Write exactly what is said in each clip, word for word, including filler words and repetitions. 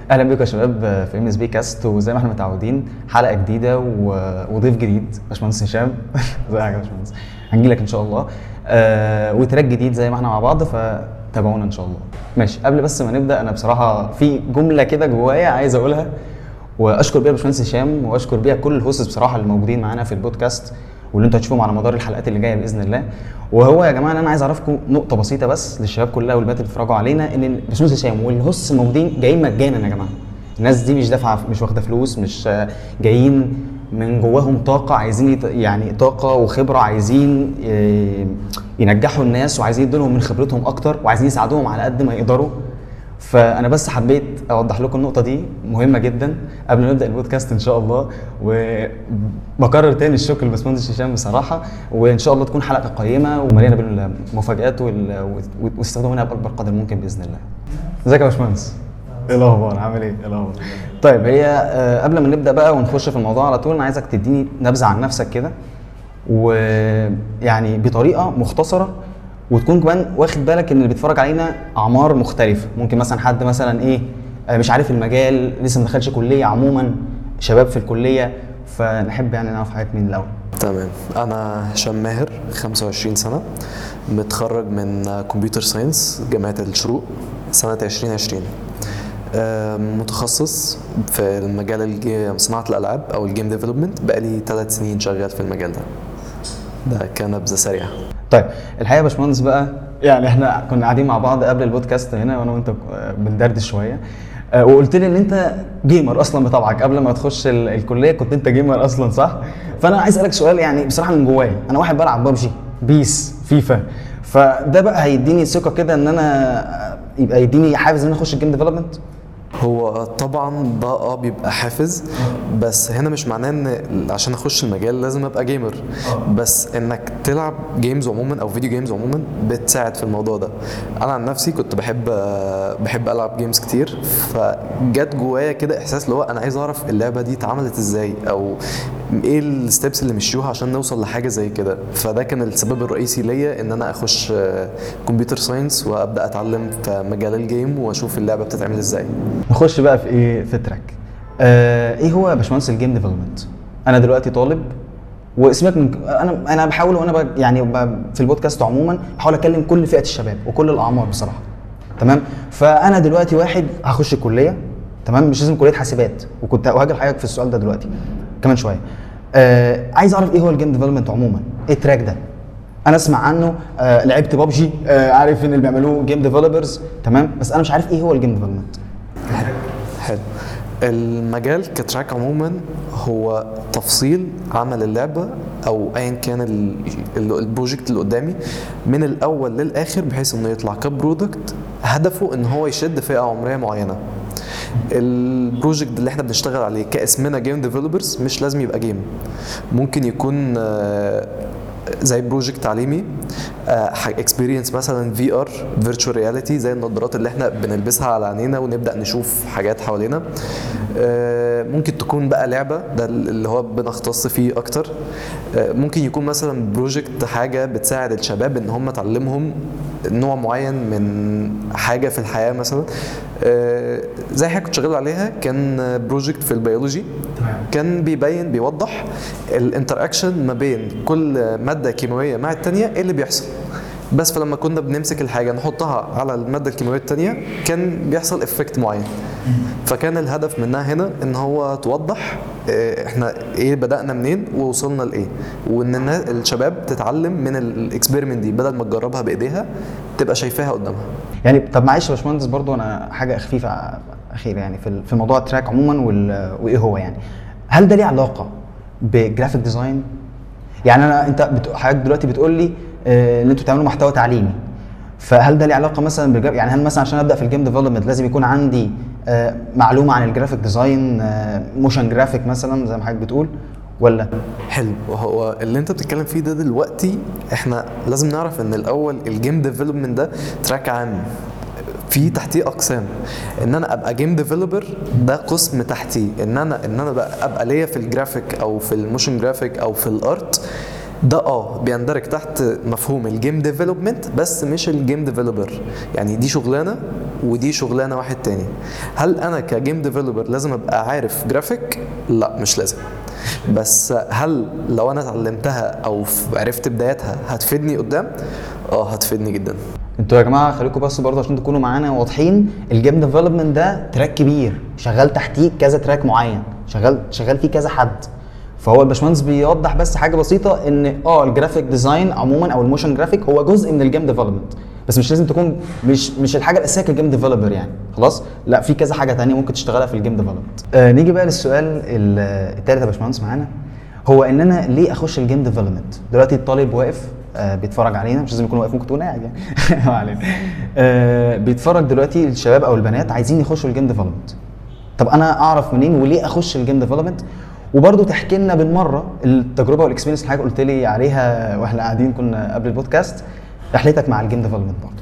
اهلا بكم يا شباب في ام اس بي كاست، وزي ما احنا متعودين حلقه جديده و- وضيف جديد باشمهندس هشام. ازيك يا باشمهندس؟ هنجي لك ان شاء الله آه وتراك جديد زي ما احنا مع بعض، فتابعونا ان شاء الله. ماشي، قبل بس ما نبدا انا بصراحه في جمله كده جوايا عايز اقولها واشكر بيها باشمهندس هشام، واشكر بيها كل الهوستس بصراحه اللي موجودين معانا في البودكاست واللي انتوا هتشوفوهم على مدار الحلقات اللي جايه باذن الله. وهو يا جماعه انا عايز اعرفكم نقطه بسيطه بس للشباب كلها والبنات اللي بيتفرجوا علينا، ان باشمهندس هشام والهوستس الموجودين جايين مجانا يا جماعه. الناس دي مش دافعه، مش واخده فلوس، مش آه، جايين من جواهم طاقه، عايزين يت- يعني طاقه وخبره، عايزين آه، ينجحوا الناس وعايزين يدولهم من خبرتهم اكتر وعايزين يساعدوهم على قد ما يقدروا. فانا بس حبيت اوضح لكم النقطه دي مهمه جدا قبل ما نبدا البودكاست ان شاء الله. وبكرر تاني الشكر لباشمهندس هشام بصراحه، وان شاء الله تكون حلقه قيمه ومليانه بالمفاجات وال- واستخدموا منها باكبر قدر ممكن باذن الله. ازيك يا باشمهندس؟ ايه الاخبار؟ عامل ايه؟ ايه الاخبار؟ طيب، هي آه، قبل ما نبدا بقى ونخش في الموضوع على طول، انا عايزك تديني نبذه عن نفسك كده، ويعني بطريقه مختصره، وتكون كمان واخد بالك ان اللي بيتفرج علينا اعمار مختلفه. ممكن مثلا حد مثلا ايه آه، مش عارف المجال، لسه ما دخلش كليه، عموما شباب في الكليه، فنحب يعني نعرف حاجات مين الاول. تمام. انا هشام ماهر، خمسة وعشرين سنه، متخرج من كمبيوتر ساينس جامعه الشروق سنه عشرين عشرين. آم، متخصص في المجال الج- صناعه الالعاب او الجيم ديفلوبمنت، بقالي ثلاث سنين شغال في المجال ده. ده كان نبذه سريعه. طيب، الحقيقه يا باشمهندس بقى، يعني احنا كنا قاعدين مع بعض قبل البودكاست هنا وانا وانت آه، بندردش شويه، آه، وقلت لي ان انت جيمر اصلا بطبعك. قبل ما تخش ال- الكليه كنت انت جيمر اصلا، صح؟ فانا عايز اسالك سؤال يعني بصراحه من جوايا. انا واحد بلعب ببجي، بيس، فيفا، فده بقى هيديني ثقه كده ان انا آه، يبقى يديني حافز ان انا اخش الجيم ديفلوبمنت. هو طبعا ده اه بيبقى حافز، بس هنا مش معناه ان عشان اخش المجال لازم ابقى جيمر، بس انك تلعب جيمز عموما او فيديو جيمز عموما بتساعد في الموضوع ده. انا عن نفسي كنت بحب بحب العب جيمز كتير، فجت جوايا كده احساس اللي هو انا عايز اعرف اللعبه دي اتعملت ازاي، او ايه الستبس اللي مشيوها عشان نوصل لحاجه زي كده. فده كان السبب الرئيسي ليا ان انا اخش كمبيوتر ساينس وابدا اتعلم في مجال الجيم واشوف اللعبه بتتعمل ازاي. نخش بقى في ايه، في تراك. آه ايه هو يا باشمهندس الجيم ديفلوبمنت؟ انا دلوقتي طالب، واسمك من انا انا بحاول وانا ب... يعني ب... في البودكاست عموما بحاول اكلم كل فئه الشباب وكل الاعمار بصراحه. تمام؟ فانا دلوقتي واحد هخش الكليه، تمام؟ مش لازم كليه حاسبات، وكنت وهاجي لحضرتك في السؤال ده دلوقتي كمان شويه. آه عايز اعرف ايه هو الجيم ديفلوبمنت عموما، ايه التراك ده؟ انا اسمع عنه، آه لعبت ببجي، آه عارف ان اللي بيعملوه جيم ديفلوبرز، تمام؟ بس انا مش عارف ايه هو الجيم ديفلوبمنت. حلو. المجال كتراك عموما هو تفصيل عمل اللعبة او ايا كان ال- ال- البروجكت اللي قدامي من الاول للاخر، بحيث انه يطلع كبرودكت هدفه ان هو يشد فئة عمرية معينة. البروجكت اللي احنا بنشتغل عليه كاسمنا جيم ديفلوبرز مش لازم يبقى جيم، ممكن يكون آه، زي بروجكت تعليمي، اكسبيرينس مثلا في ار فيرتشوال رياليتي، زي النظارات اللي احنا بنلبسها على عينينا ونبدا نشوف حاجات حوالينا. آه، ممكن تكون بقى لعبه، ده اللي هو بنختص فيه اكتر. آه، ممكن يكون مثلا بروجكت حاجه بتساعد الشباب ان هم تعلمهم نوع معين من حاجه في الحياه مثلا. آه، زي حاجه كنت شغال عليها، كان بروجكت في البيولوجي، كان بيبين بيوضح الانتراكشن ما بين كل ماده كيماويه مع الثانيه، ايه اللي بيحصل. بس فلما كنا بنمسك الحاجه نحطها على الماده الكيماويه الثانيه كان بيحصل افكت معين. فكان الهدف منها هنا ان هو توضح آه، احنا ايه، بدأنا منين ووصلنا لايه، وان الناس الشباب تتعلم من الاكسبيرمنت دي بدل ما تجربها بايديها تبقى شايفاها قدامها. يعني طب معلش يا باشمهندس، برضو انا حاجه خفيفه اخيره يعني في في موضوع التراك عموما وال- وايه هو يعني، هل ده ليه علاقه بجرافيك ديزاين؟ يعني انا انت بت- حضرتك دلوقتي بتقول لي آه، ان انتوا بتعملوا محتوى تعليمي، فهل ده ليه علاقه مثلا بالجرا... يعني هل مثلا عشان ابدا في الجيم ديفلوبمنت لازم يكون عندي آه، معلومه عن الجرافيك ديزاين، موشن جرافيك مثلا زي ما حضرتك بتقول، ولا؟ حلو. هو اللي انت بتتكلم فيه ده دلوقتي، احنا لازم نعرف ان الاول الجيم ديفلوبمنت ده تراك عام في تحتيه اقسام. ان انا ابقى جيم ديفلوبر ده قسم تحتيه، ان انا ان انا بقى ابقى ليا في الجرافيك او في الموشن جرافيك او في الارت، ده اه بيندرج تحت مفهوم الجيم ديفلوبمنت، بس مش الجيم ديفلوبر. يعني دي شغلانه ودي شغلانه واحد تاني. هل انا كجيم ديفلوبر لازم ابقى عارف جرافيك؟ لا مش لازم. بس هل لو انا اتعلمتها او عرفت بداياتها هتفيدني قدام؟ اه هتفيدني جدا. انتوا يا جماعه خليكم بس برضه عشان تكونوا معانا واضحين، الجيم ديفلوبمنت ده تراك كبير، شغال تحتيه كذا تراك معين، شغال شغال فيه كذا حد. فهو الباشمهندس بيوضح بس حاجه بسيطه ان اه الجرافيك ديزاين عموما او الموشن جرافيك هو جزء من الجيم ديفلوبمنت، بس مش لازم تكون مش مش الحاجه الاساسيه كجيم ديفلوبر يعني خلاص. لا في كذا حاجه ثانيه ممكن تشتغلها في الجيم ديفلوبمنت. آه نيجي بقى للسؤال الثالث يا باشمهندس معانا، هو ان انا ليه اخش الجيم ديفلوبمنت؟ دلوقتي الطالب واقف آه بيتفرج علينا، مش لازم يكون واقف، ممكن تكون قاعد يعني ما علينا. آه بيتفرج دلوقتي الشباب او البنات عايزين يخشوا الجيم ديفلوبمنت. طب انا اعرف منين وليه اخش الجيم ديفلوبمنت؟ وبرضه تحكي لنا بالمره التجربه والاكسبيرينس اللي حضرتك قلت لي عليها واحنا قاعدين كنا قبل البودكاست، رحلتك مع الجيم ديفلوبمنت برضه.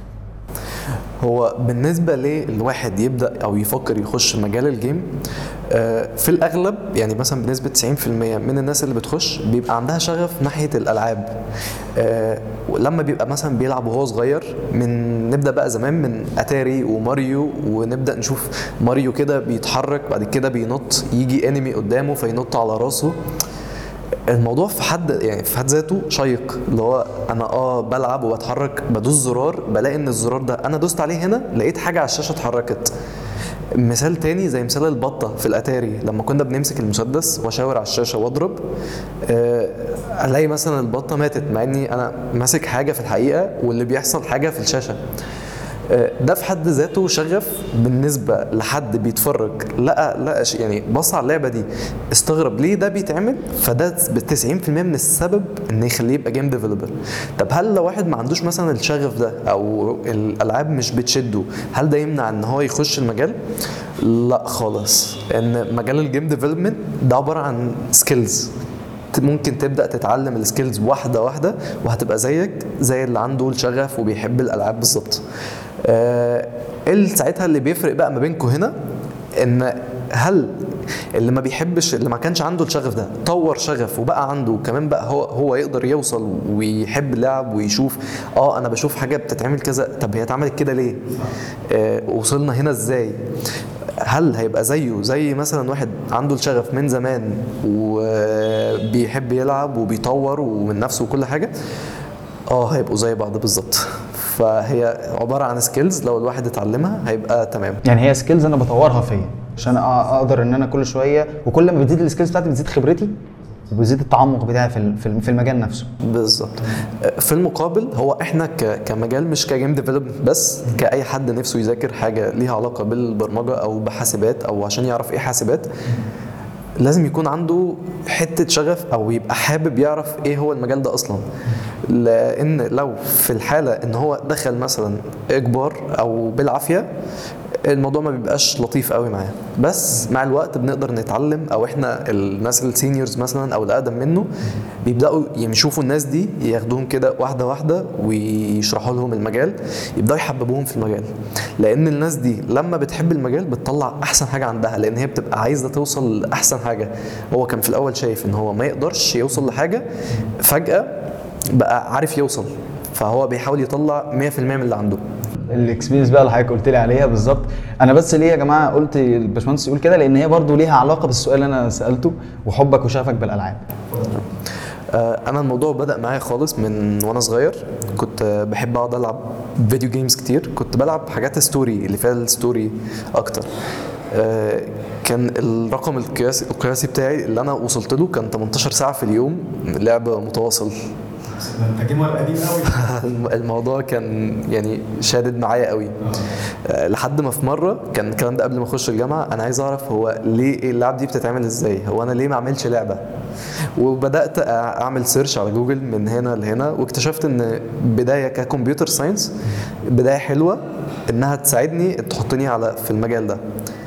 هو بالنسبة للواحد يبدأ أو يفكر يخش مجال الجيم، في الأغلب يعني مثلا بنسبة تسعين في المية من الناس اللي بتخش بيبقى عندها شغف ناحية الألعاب. لما بيبقى مثلا بيلعب وهو صغير، من نبدأ بقى زمان من أتاري وماريو، ونبدأ نشوف ماريو كده بيتحرك بعد كده بينط، يجي انمي قدامه فينط على راسه. الموضوع في حد يعني في حد ذاته شيق، اللي هو انا اه بلعب وبتحرك بدوس زرار، بلاقي ان الزرار ده انا دوست عليه هنا لقيت حاجه على الشاشه اتحركت. مثال تاني زي مثال البطه في الاتاري، لما كنا بنمسك المسدس واشاور على الشاشه واضرب، آه الاقي مثلا البطه ماتت مع اني انا ماسك حاجه في الحقيقه واللي بيحصل حاجه في الشاشه. ده في حد ذاته شغف بالنسبه لحد بيتفرج، لقى لقى يعني بص على اللعبه دي استغرب ليه ده بيتعمل، فده تسعين في المية من السبب ان يخليه يبقى جيم ديفلوبر. طب هل لو واحد ما عندوش مثلا الشغف ده او الالعاب مش بتشده، هل ده يمنع ان هو يخش المجال؟ لا خالص. ان مجال الجيم ديفلوبمنت ده عباره عن سكيلز، ممكن تبدا تتعلم السكيلز واحده واحده وهتبقى زيك زي اللي عنده الشغف وبيحب الالعاب بالظبط. آه ساعتها اللي بيفرق بقى ما بينكم هنا ان هل اللي ما بيحبش، اللي ما كانش عنده الشغف ده، طور شغف وبقى عنده كمان، بقى هو هو يقدر يوصل ويحب اللعب ويشوف اه انا بشوف حاجه بتتعمل كذا، طب هي اتعملت كده ليه؟ آه وصلنا هنا ازاي؟ هل هيبقى زيه زي مثلا واحد عنده الشغف من زمان وبيحب يلعب وبيطور ومن نفسه وكل حاجه؟ اه هيبقوا زي بعض بالظبط. فهي عباره عن سكيلز، لو الواحد اتعلمها هيبقى تمام. يعني هي سكيلز انا بطورها فيا عشان اقدر ان انا كل شويه، وكل ما بتزيد السكيلز بتاعتي بتزيد خبرتي وبيزيد التعمق بتاعي في في المجال نفسه. بالظبط. في المقابل هو احنا كمجال مش كجيم ديفلوبمنت بس، كاي حد نفسه يذاكر حاجه ليها علاقه بالبرمجه او بحاسبات او عشان يعرف ايه حاسبات، لازم يكون عنده حته شغف او يبقى حابب يعرف ايه هو المجال ده اصلا. لان لو في الحاله ان هو دخل مثلا اجبار او بالعافيه، الموضوع ما بيبقاش لطيف قوي معاه. بس مع الوقت بنقدر نتعلم، او احنا الناس السينيورز مثلا او الاقدم منه بيبداوا يشوفوا الناس دي ياخدوهم كده واحده واحده ويشرحوا لهم المجال، يبداوا يحببوهم في المجال. لان الناس دي لما بتحب المجال بتطلع احسن حاجه عندها، لان هي بتبقى عايزه توصل لاحسن حاجه. هو كان في الاول شايف ان هو ما يقدرش يوصل لحاجه، فجاه بقى عارف يوصل، فهو بيحاول يطلع مية في المية من اللي عنده. الاكسبيرينس بقى اللي حضرتك قلت لي عليها بالظبط. انا بس ليه يا جماعه قلت الباشمهندس يقول كده؟ لان هي برضو ليها علاقه بالسؤال اللي انا سالته، وحبك وشغفك بالالعاب. انا الموضوع بدا معايا خالص من وانا صغير، كنت بحب اقعد العب فيديو جيمز كتير، كنت بلعب حاجات ستوري اللي فيها الستوري اكتر. كان الرقم القياسي القياسي بتاعي اللي انا وصلت له كان تمنتاشر ساعه في اليوم لعب متواصل. انت جيمر قديم قوي. الموضوع كان يعني شادد معايا قوي. أه لحد ما في مره، كان الكلام ده قبل ما اخش الجامعه، انا عايز اعرف هو ليه اللعب دي بتتعمل ازاي، هو انا ليه ما اعملش لعبه؟ وبدات اعمل سيرش على جوجل من هنا لهنا، واكتشفت ان بدايه ككمبيوتر ساينس بدايه حلوه انها تساعدني تحطني على في المجال ده.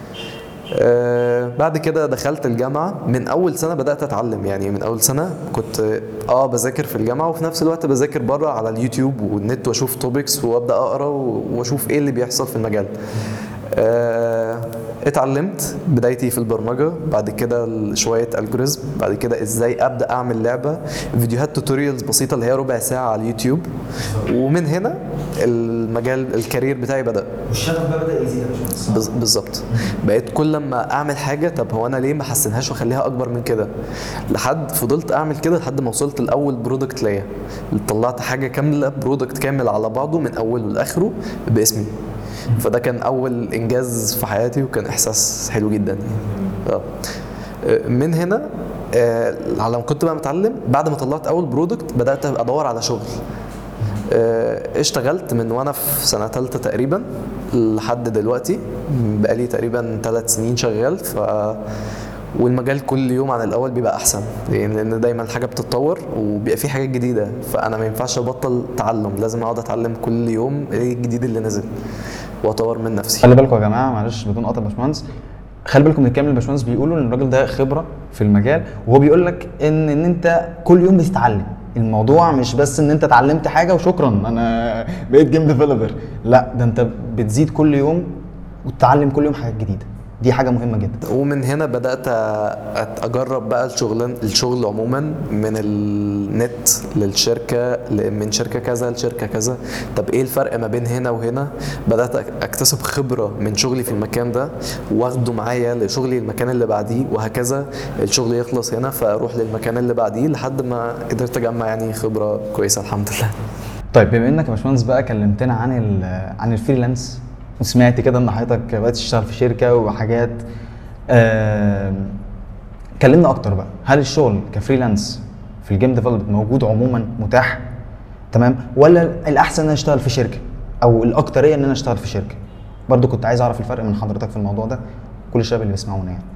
آه بعد كده دخلت الجامعة، من أول سنة بدأت أتعلم. يعني من أول سنة كنت آه بذاكر في الجامعة وفي نفس الوقت بذاكر بره على اليوتيوب والنت، وأشوف توبكس وأبدأ أقرأ وأشوف إيه اللي بيحصل في المجال. آه، اتعلمت بدايتي في البرمجه، بعد كده شويه الجوريزم، بعد كده ازاي ابدا اعمل لعبه، فيديوهات توتوريالز بسيطه اللي هي ربع ساعه على اليوتيوب. ومن هنا المجال الكارير بتاعي بدا. والشغف بقى بدا يزيد يا باشمهندس. بز- بالظبط. بقيت كل ما اعمل حاجه، طب هو انا ليه ما احسنهاش واخليها اكبر من كده، لحد فضلت اعمل كده لحد ما وصلت لاول برودكت ليا، طلعت حاجه كامله، برودكت كامل على بعضه من اوله لاخره باسمي. فده كان اول انجاز في حياتي، وكان احساس حلو جدا يعني. اه. من هنا آه، على ما كنت بقى متعلم، بعد ما طلعت اول برودكت بدات ادور على شغل. آه، اشتغلت من وانا في سنه ثالثه تقريبا لحد دلوقتي، بقالي تقريبا ثلاث سنين شغال. ف والمجال كل يوم عن الاول بيبقى احسن، لان دايما الحاجه بتتطور وبيبقى في حاجات جديده، فانا ما ينفعش ابطل تعلم، لازم اقعد اتعلم كل يوم ايه الجديد اللي نزل واطور من نفسي. خلي بالكم يا جماعه، معلش بدون قطع يا باشمهندس، خلي بالكم من الكلام اللي الباشمهندس بيقولوا ان الراجل ده خبره في المجال، وهو بيقول لك ان ان انت كل يوم بتتعلم. الموضوع مش بس ان انت اتعلمت حاجه وشكرا انا بقيت جيم ديفلوبر، لا ده انت بتزيد كل يوم وتتعلم كل يوم حاجات جديده، دي حاجه مهمه جدا. ومن هنا بدات أ- اجرب بقى الشغل الشغل عموما، من النت للشركه، ل- من شركه كذا لشركه كذا. طب ايه الفرق ما بين هنا وهنا؟ بدات أك- اكتسب خبره من شغلي في المكان ده واخده معايا لشغلي المكان اللي بعديه، وهكذا الشغل يخلص هنا فاروح للمكان اللي بعديه، لحد ما قدرت اجمع يعني خبره كويسه الحمد لله. طيب بما انك يا باشمهندس بقى كلمتنا عن ال عن الفريلانس، وسمعت كده ان حضرتك بقيت تشتغل في شركه وحاجات، آه كلمنا اكتر بقى، هل الشغل كفريلانس في الجيم ديفلوبمنت موجود عموما متاح تمام، ولا الاحسن ان انا اشتغل في شركه، او الاكتريه ان انا اشتغل في شركه؟ برضو كنت عايز اعرف الفرق من حضرتك في الموضوع ده، كل الشباب اللي بيسمعونا يعني.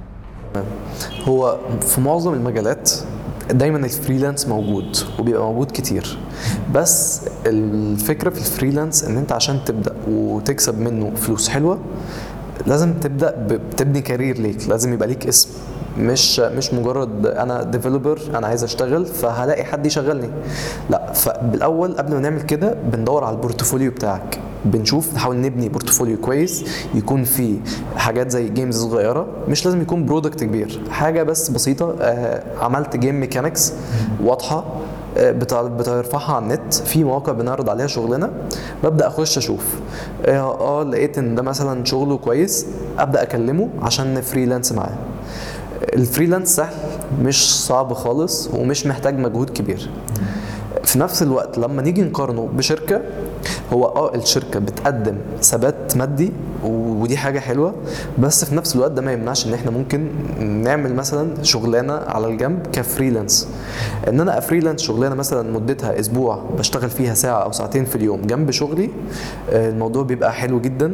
هو في معظم المجالات دايما الفريلانس موجود وبيبقى موجود كتير، بس الفكره في الفريلانس ان انت عشان تبدا وتكسب منه فلوس حلوه لازم تبدا ب- بتبني كارير ليك، لازم يبقى ليك اسم، مش مش مجرد انا ديفلوبر انا عايز اشتغل فهلاقي حد يشغلني، لا. فبالاول قبل ما نعمل كده بندور على البورتفوليو بتاعك، بنشوف نحاول نبني بورتفوليو كويس يكون فيه حاجات زي جيمز صغيره، مش لازم يكون برودكت كبير، حاجه بس بسيطه. آه عملت جيم ميكانكس واضحه، آه، بتع- بترفعها على النت في مواقع بنعرض عليها شغلنا، ببدا اخش اشوف اه, آه لقيت ان ده مثلا شغله كويس، ابدا اكلمه عشان فريلانس معاه. الفريلانس سهل، مش صعب خالص، ومش محتاج مجهود كبير. في نفس الوقت لما نيجي نقارنه بشركه، هو اه الشركه بتقدم ثبات مادي ودي حاجه حلوه، بس في نفس الوقت ده ما يمنعش ان احنا ممكن نعمل مثلا شغلانه على الجنب كفريلانس. ان انا افريلانس شغلانه مثلا مدتها اسبوع بشتغل فيها ساعه او ساعتين في اليوم جنب شغلي، آه، الموضوع بيبقى حلو جدا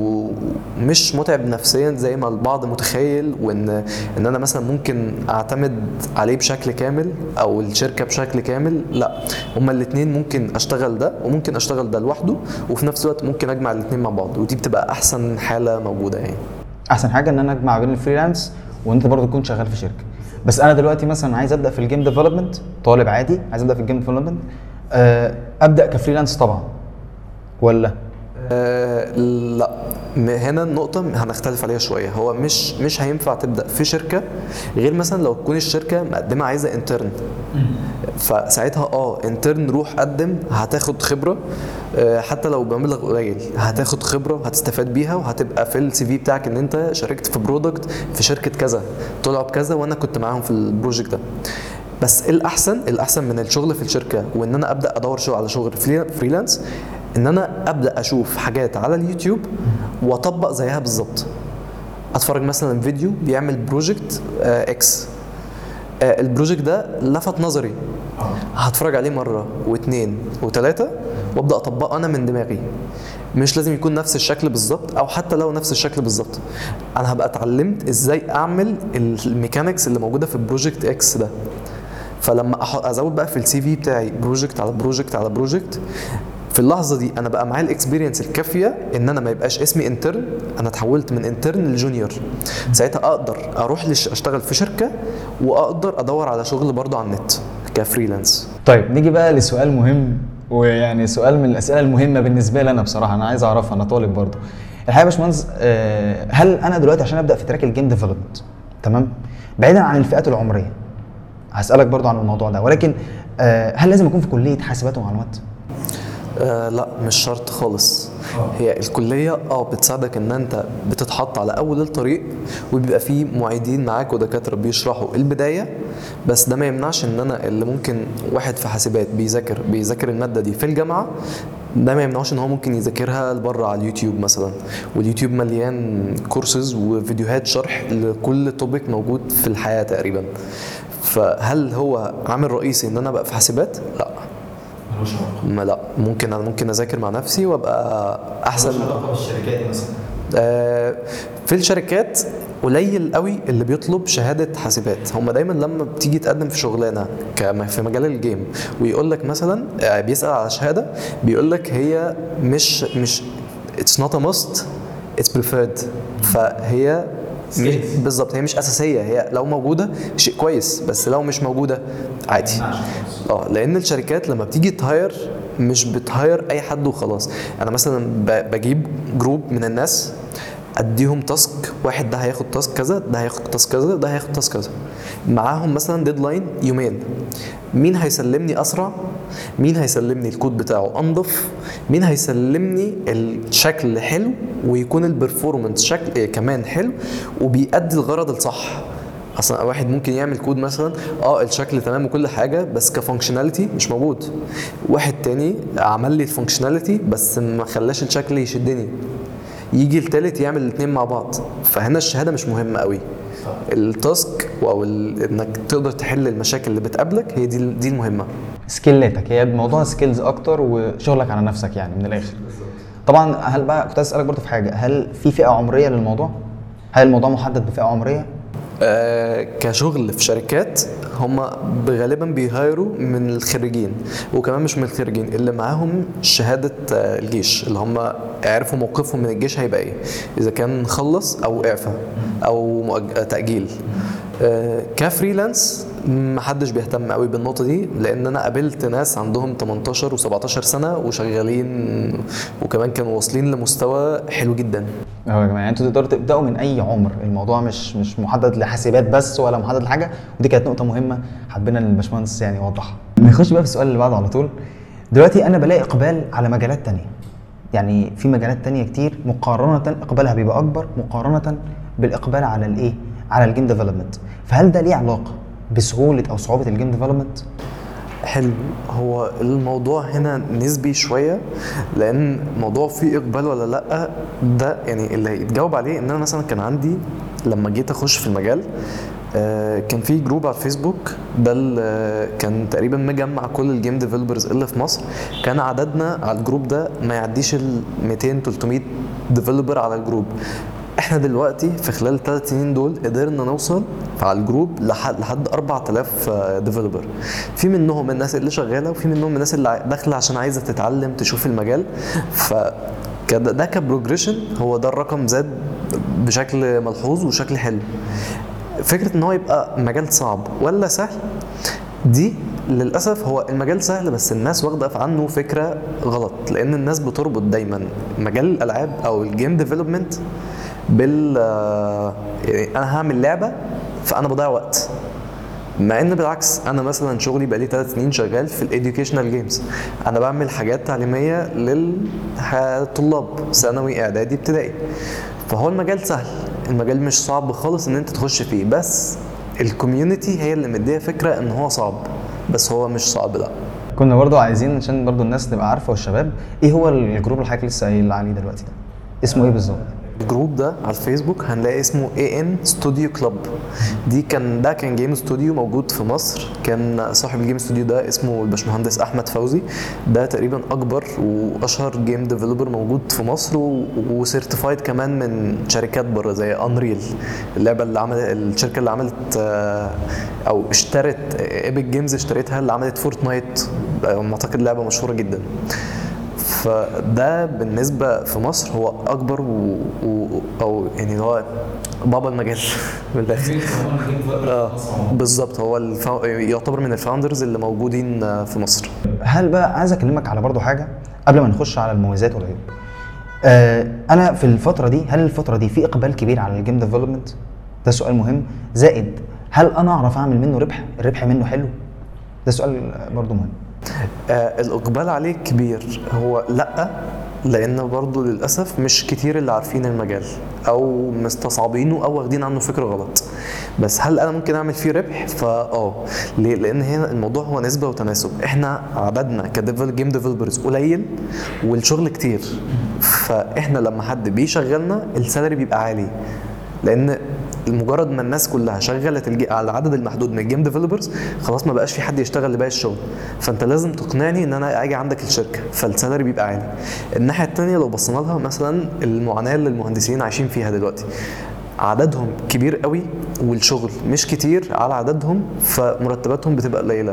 ومش متعب نفسيا زي ما البعض متخيل، وان ان انا مثلا ممكن اعتمد عليه بشكل كامل او الشركه بشكل كامل، لا. هما الاثنين ممكن اشتغل ده وممكن اشتغل ده لوحده، وفي نفس الوقت ممكن اجمع الاثنين مع بعض، ودي بتبقى احسن حاله موجوده يعني. احسن حاجه ان انا اجمع بين الفريلانس وان انت برضه تكون شغال في شركه. بس انا دلوقتي مثلا عايز ابدا في الجيم ديفلوبمنت، طالب عادي عايز ابدا في الجيم ديفلوبمنت، أه ابدا كفريلانس طبعا ولا؟ أه لا، م- هنا النقطة هنختلف عليها شوية. هو مش مش هينفع تبدأ في شركة غير مثلا لو تكون الشركة مقدمة عايزة انترن، فساعتها اه انترن روح قدم، هتاخد خبرة أه حتى لو بمبلغ قليل، هتاخد خبرة هتستفاد بيها، وهتبقى في السي في بتاعك ان انت شاركت في برودكت في شركة كذا، طلعوا بكذا وانا كنت معاهم في البروجكت ده. بس الاحسن الاحسن من الشغل في الشركه وان انا ابدا ادور شغل على شغل فريلانس، ان انا ابدا اشوف حاجات على اليوتيوب واطبق زيها بالظبط. اتفرج مثلا فيديو بيعمل بروجكت آه اكس، آه البروجكت ده لفت نظري، هتفرج عليه مره واثنين وثلاثه وابدا اطبقه انا من دماغي. مش لازم يكون نفس الشكل بالظبط، او حتى لو نفس الشكل بالظبط انا هبقى اتعلمت ازاي اعمل الميكانكس اللي موجوده في البروجكت اكس ده. فلما أح- ازود بقى في السي في بتاعي بروجكت على بروجكت على بروجكت، في اللحظه دي انا بقى معايا الاكسبيرينس الكافيه ان انا ما يبقاش اسمي انترن، انا اتحولت من انترن لجونيور. ساعتها اقدر اروح لش- اشتغل في شركه، واقدر ادور على شغل برضه على النت كفريلانس. طيب نيجي بقى لسؤال مهم، ويعني سؤال من الاسئله المهمه بالنسبه لي انا بصراحه، انا عايز اعرفها، انا طالب برضه. الحقيقه يا باشمهندس، آه، هل انا دلوقتي عشان ابدا في تراك الجيم ديفلوبمنت، تمام، بعيدا عن الفئات العمريه، هسالك برضو عن الموضوع ده، ولكن آه، هل لازم اكون في كليه حاسبات ومعلومات؟ آه لا مش شرط خالص. هي الكلية اه بتساعدك ان انت بتتحط على اول الطريق، وبيبقى فيه معيدين معاك ودكاترة بيشرحوا البداية، بس ده ما يمنعش ان انا اللي ممكن واحد في حاسبات بيذاكر بيذاكر المادة دي في الجامعة، ده ما يمنعش ان هو ممكن يذاكرها لبره على اليوتيوب مثلا. واليوتيوب مليان كورسز وفيديوهات شرح لكل توبيك موجود في الحياة تقريبا. فهل هو عامل رئيسي ان انا ابقى في حاسبات؟ لا ملوش علاقه ما لا ممكن انا ممكن اذاكر مع نفسي وابقى احسن. ملوش علاقه بالشركات مثلا. آه، في الشركات قليل قوي اللي بيطلب شهاده حاسبات. هم دايما لما بتيجي تقدم في شغلانه كما في مجال الجيم ويقول لك مثلا آه، بيسال على شهاده، بيقول لك هي مش مش it's not a must it's preferred. فهي مش Skills. بالظبط، هي مش اساسيه، هي لو موجوده شيء كويس، بس لو مش موجوده عادي. اه لان الشركات لما بتيجي تهاير مش بتهاير اي حد وخلاص. انا مثلا ب- بجيب جروب من الناس، اديهم تاسك واحد، ده هياخد تاسك كذا، ده هياخد تاسك كذا، ده هياخد تاسك كذا، معاهم مثلا ديدلاين يومين. مين هيسلمني اسرع؟ مين هيسلمني الكود بتاعه انضف؟ مين هيسلمني الشكل حلو ويكون البرفورمانس شكل كمان حلو وبيأدي الغرض الصح؟ اصلا واحد ممكن يعمل كود مثلا اه الشكل تمام وكل حاجه بس كفانكشناليتي مش موجود. واحد تاني عمل لي الفانكشناليتي بس ما خلاش الشكل يشدني. يجي التالت يعمل الاثنين مع بعض. فهنا الشهاده مش مهمه قوي، التاسك او ال- انك تقدر تحل المشاكل اللي بتقابلك هي دي دي المهمه. سكيلاتك، هي موضوع سكيلز اكتر وشغلك على نفسك يعني من الاخر. طبعا هل بقى كنت عايز اسالك برضه في حاجه، هل في فئه عمريه للموضوع؟ هل الموضوع محدد بفئه عمريه؟ آه كشغل في شركات هم غالبا بيهايروا من الخريجين، وكمان مش من الخريجين اللي معاهم شهاده آه الجيش، اللي هم عرفوا موقفهم من الجيش هيبقى ايه، اذا كان خلص او اعفاء او مؤج- تاجيل. آه كفريلانس محدش بيهتم قوي بالنقطه دي، لان انا قابلت ناس عندهم تمنتاشر و17 سنه وشغالين وكمان كانوا واصلين لمستوى حلو جدا. اهو يا جماعه، يعني انتوا تقدروا تبداوا من اي عمر، الموضوع مش مش محدد لحاسبات بس ولا محدد لحاجه، ودي كانت نقطه مهمه حبينا ان الباشمهندس يعني يوضحها. نخش بقى في السؤال اللي بعده على طول. دلوقتي انا بلاقي اقبال على مجالات تانية، يعني في مجالات تانية كتير مقارنه اقبالها بيبقى اكبر مقارنه بالاقبال على الايه، على الجيم ديفلوبمنت. فهل ده ليه علاقه بسهوله او صعوبه الجيم ديفلوبمنت؟ حلو. هو الموضوع هنا نسبي شويه، لان موضوع فيه اقبال ولا لا ده يعني اللي هيتجاوب عليه ان انا مثلا كان عندي لما جيت اخش في المجال آه، كان في جروب على الفيسبوك ده اللي كان تقريبا مجمع كل الجيم ديفلوبرز اللي في مصر. كان عددنا على الجروب ده ما يعديش ال مئتين تلتمية ديفلوبر على الجروب. احنا دلوقتي في خلال الثلاث سنين دول قدرنا نوصل على الجروب لحد لحد أربعة آلاف ديفلوبر. في منهم الناس اللي شغاله وفي منهم الناس اللي داخله عشان عايزه تتعلم تشوف المجال. ف كده ده كبروجريشن هو ده الرقم زاد بشكل ملحوظ وشكل حلو. فكره ان هو يبقى مجال صعب ولا سهل دي للاسف هو المجال سهل، بس الناس واخده عنه فكره غلط، لان الناس بتربط دايما مجال الالعاب او الجيم ديفلوبمنت بال يعني انا هعمل لعبه فانا بضيع وقت. مع ان بالعكس انا مثلا شغلي بقى لي ثلاث سنين شغال في الاديوكيشنال جيمز، انا بعمل حاجات تعليميه للطلاب ثانوي اعدادي ابتدائي. فهو المجال سهل، المجال مش صعب خالص ان انت تخش فيه، بس الكوميونتي هي اللي مديه فكره ان هو صعب، بس هو مش صعب لا. كنا برضو عايزين عشان برضو الناس تبقى عارفه والشباب، ايه هو الجروب اللي حضرتك لسه قايل عليه دلوقتي ده؟ اسمه ايه بالظبط؟ الجروب ده على الفيسبوك هنلاقي اسمه اي ان ستوديو كلوب. دي كان ده كان جيم ستوديو موجود في مصر، كان صاحب الجيم ستوديو ده اسمه الباشمهندس احمد فوزي. ده تقريبا اكبر واشهر جيم ديفلوبر موجود في مصر وسيرتيفايد كمان من شركات بره زي انريل، اللعبه اللي عملت الشركه اللي عملت او اشترت ايبك جيمز اشتريتها اللي عملت فورتنايت، اعتقد لعبه مشهوره جدا. فده بالنسبه في مصر هو اكبر و... و... او يعني هو بابا المجال بالاخر. اه بالظبط، هو الفا... يعتبر من الفاوندرز اللي موجودين في مصر. هل بقى عايز اكلمك على برضو حاجه قبل ما نخش على المميزات والعيوب. آه انا في الفتره دي، هل الفتره دي في اقبال كبير على الجيم ديفلوبمنت؟ ده سؤال مهم. زائد هل انا اعرف اعمل منه ربح؟ الربح منه حلو؟ ده سؤال برضو مهم. آه الاقبال عليه كبير، هو لا، لان برضو للاسف مش كتير اللي عارفين المجال او مستصعبينه او واخدين عنه فكره غلط. بس هل انا ممكن اعمل فيه ربح؟ فاه ليه؟ لان هنا الموضوع هو نسبه وتناسب. احنا عددنا كديفل جيم ديفلوبرز قليل والشغل كتير، فاحنا لما حد بيشغلنا السالري بيبقى عالي، لان مجرد ما الناس كلها شغلت الجي... على العدد المحدود من الجيم ديفلوبرز خلاص ما بقاش في حد يشتغل لباقي الشغل، فانت لازم تقنعني ان انا اجي عندك الشركه، فالسالري بيبقى عالي. الناحيه الثانيه لو بصينا لها مثلا المعاناه اللي المهندسين عايشين فيها دلوقتي، عددهم كبير قوي والشغل مش كتير على عددهم، فمرتباتهم بتبقى قليله.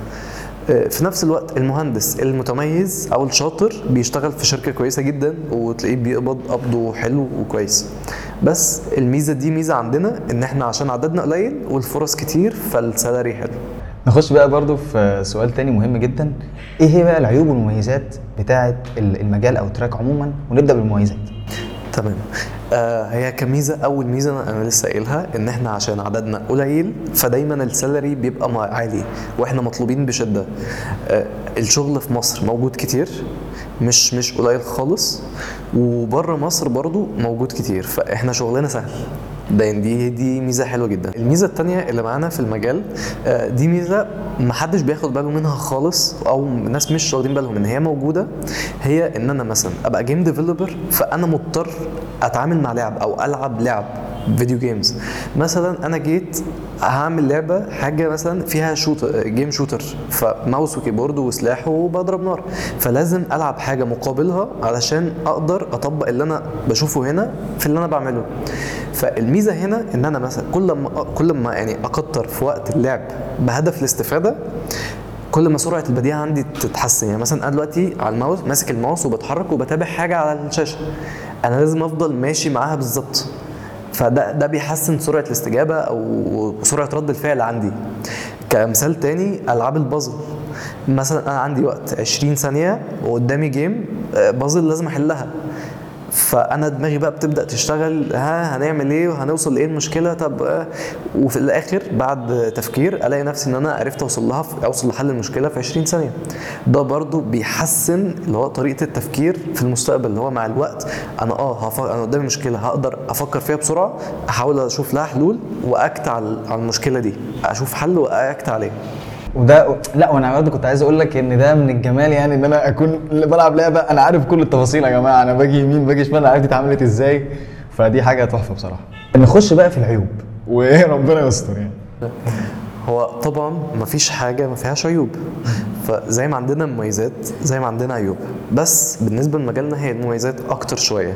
في نفس الوقت المهندس المتميز او الشاطر بيشتغل في شركه كويسه جدا وتلاقيه بيقبض قبضه حلو وكويس. بس الميزه دي ميزه عندنا ان احنا عشان عددنا قليل والفرص كتير فالسالري حلو. نخش بقى برضو في سؤال تاني مهم جدا، ايه هي بقى العيوب والمميزات بتاعه المجال او التراك عموما؟ ونبدا بالمميزات. تمام. آه هي كميزه، اول ميزه انا لسه قايلها ان احنا عشان عددنا قليل فدايما السالري بيبقى عالي واحنا مطلوبين بشده. آه الشغل في مصر موجود كتير، مش مش قليل خالص، وبره مصر برضو موجود كتير، فاحنا شغلنا سهل. ده دي دي ميزه حلوه جدا. الميزه الثانيه اللي معانا في المجال آه دي ميزه محدش بياخد باله منها خالص، او الناس مش واخدين بالهم ان هي موجوده، هي ان انا مثلا ابقى جيم ديفلوبر فانا مضطر اتعامل مع لعب او العب لعب فيديو جيمز. مثلا انا جيت هعمل لعبه حاجه مثلا فيها شوتر، جيم شوتر، فماوس وكيبورد وسلاح وبضرب نار، فلازم العب حاجه مقابلها علشان اقدر اطبق اللي انا بشوفه هنا في اللي انا بعمله. فالميزه هنا ان انا مثلا كل ما كل ما يعني اكتر في وقت اللعب بهدف الاستفاده، كل ما سرعه البديهه عندي تتحسن. يعني مثلا انا دلوقتي على الماوس ماسك الماوس وبتحرك وبتابع حاجه على الشاشه، انا لازم افضل ماشي معاها بالظبط، فده ده بيحسن سرعه الاستجابه او سرعه رد الفعل عندي. كمثال تاني العاب البازل، مثلا انا عندي وقت عشرين ثانيه وقدامي جيم بازل لازم احلها، فانا دماغي بقى بتبدا تشتغل، ها هنعمل ايه وهنوصل لايه المشكله، طب آه وفي الاخر بعد تفكير الاقي نفسي ان انا عرفت اوصل لها اوصل لحل المشكله في عشرين ثانيه. ده برضو بيحسن اللي هو طريقه التفكير في المستقبل، اللي هو مع الوقت انا اه هفكر، انا قدامي مشكله هقدر افكر فيها بسرعه، احاول اشوف لها حلول واكت على المشكله دي، اشوف حل واكت عليه. وده لا، وانا برضه كنت عايز اقول لك ان ده من الجمال، يعني ان انا اكون بلعب لعبه انا عارف كل التفاصيل. يا جماعه انا باجي يمين باجي شمال، انا عارف دي اتعملت ازاي، فدي حاجه تحفه بصراحه. نخش بقى في العيوب، وايه ربنا يستر يعني. هو طبعا مفيش حاجه ما فيهاش عيوب، فزي ما عندنا مميزات زي ما عندنا عيوب، بس بالنسبه لمجالنا هي المميزات اكتر شويه.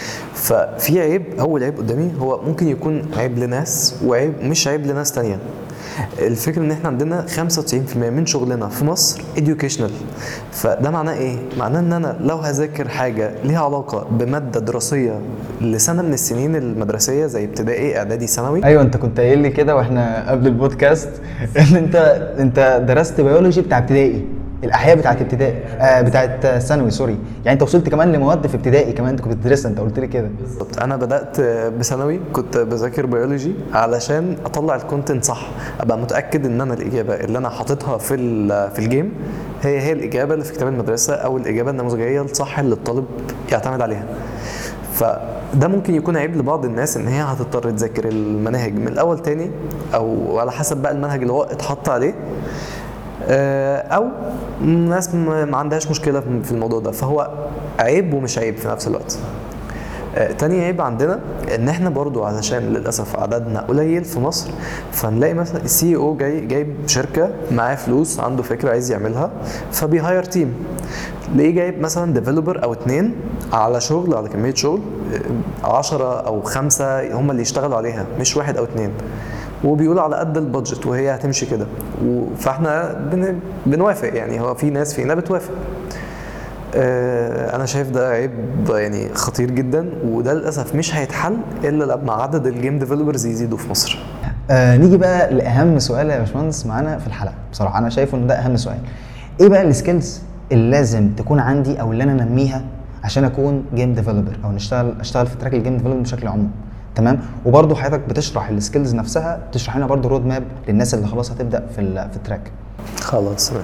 ففي عيب، اول عيب قدامي هو ممكن يكون عيب لناس وعيب مش عيب لناس تانية. الفكره ان احنا عندنا خمسة وتسعين بالمية من شغلنا في مصر educational، فده معناه ايه؟ معناه ان انا لو هذاكر حاجه ليها علاقه بماده دراسيه لسنه من السنين المدرسيه زي ابتدائي اعدادي ثانوي. ايوه انت كنت قايل لي كده واحنا قبل البودكاست ان انت انت درست بيولوجي بتاع ابتدائي، الاحياء بتاعت ابتدائي آه بتاعت ثانوي سوري، يعني انت وصلت كمان لمواد في ابتدائي كمان انت كنت بتدرسها، انت قلت لي كده. بالظبط، انا بدات بثانوي كنت بذاكر بيولوجي علشان اطلع الكونتنت صح، ابقى متاكد ان انا الاجابه اللي انا حاططها في في الجيم هي هي الاجابه اللي في كتاب المدرسه او الاجابه النموذجيه الصح اللي الطالب يعتمد عليها. فده ممكن يكون عيب لبعض الناس ان هي هتضطر تذاكر المناهج من الاول تاني، او على حسب بقى المنهج اللي هو اتحط عليه، او ناس ما عندهاش مشكله في الموضوع ده، فهو عيب ومش عيب في نفس الوقت. تاني عيب عندنا ان احنا برضو علشان للاسف عددنا قليل في مصر، فنلاقي مثلا السي او جاي جايب شركه معاه فلوس عنده فكره عايز يعملها فبيهاير تيم، ليه جايب مثلا ديفلوبر او اتنين على شغل على كميه شغل عشرة او خمسة هم اللي يشتغلوا عليها مش واحد او اتنين، وبيقولوا على قد البادجت وهي هتمشي كده، فاحنا بن... بنوافق. يعني هو في ناس فينا بتوافق. انا شايف ده عيب يعني خطير جدا، وده للاسف مش هيتحل الا لما عدد الجيم ديفلوبرز يزيدوا في مصر. آه نيجي بقى لاهم سؤال يا باشمهندس معانا في الحلقه، بصراحه انا شايف ان ده اهم سؤال. ايه بقى السكيلز اللي لازم تكون عندي او اللي انا انميها عشان اكون جيم ديفلوبر او نشتغل اشتغل في تراك الجيم ديفلوبمنت بشكل عام. تمام. وبرده حضرتك بتشرح السكيلز نفسها، بتشرح لنا برده رود ماب للناس اللي خلاص هتبدا في في التراك. خلاص تمام.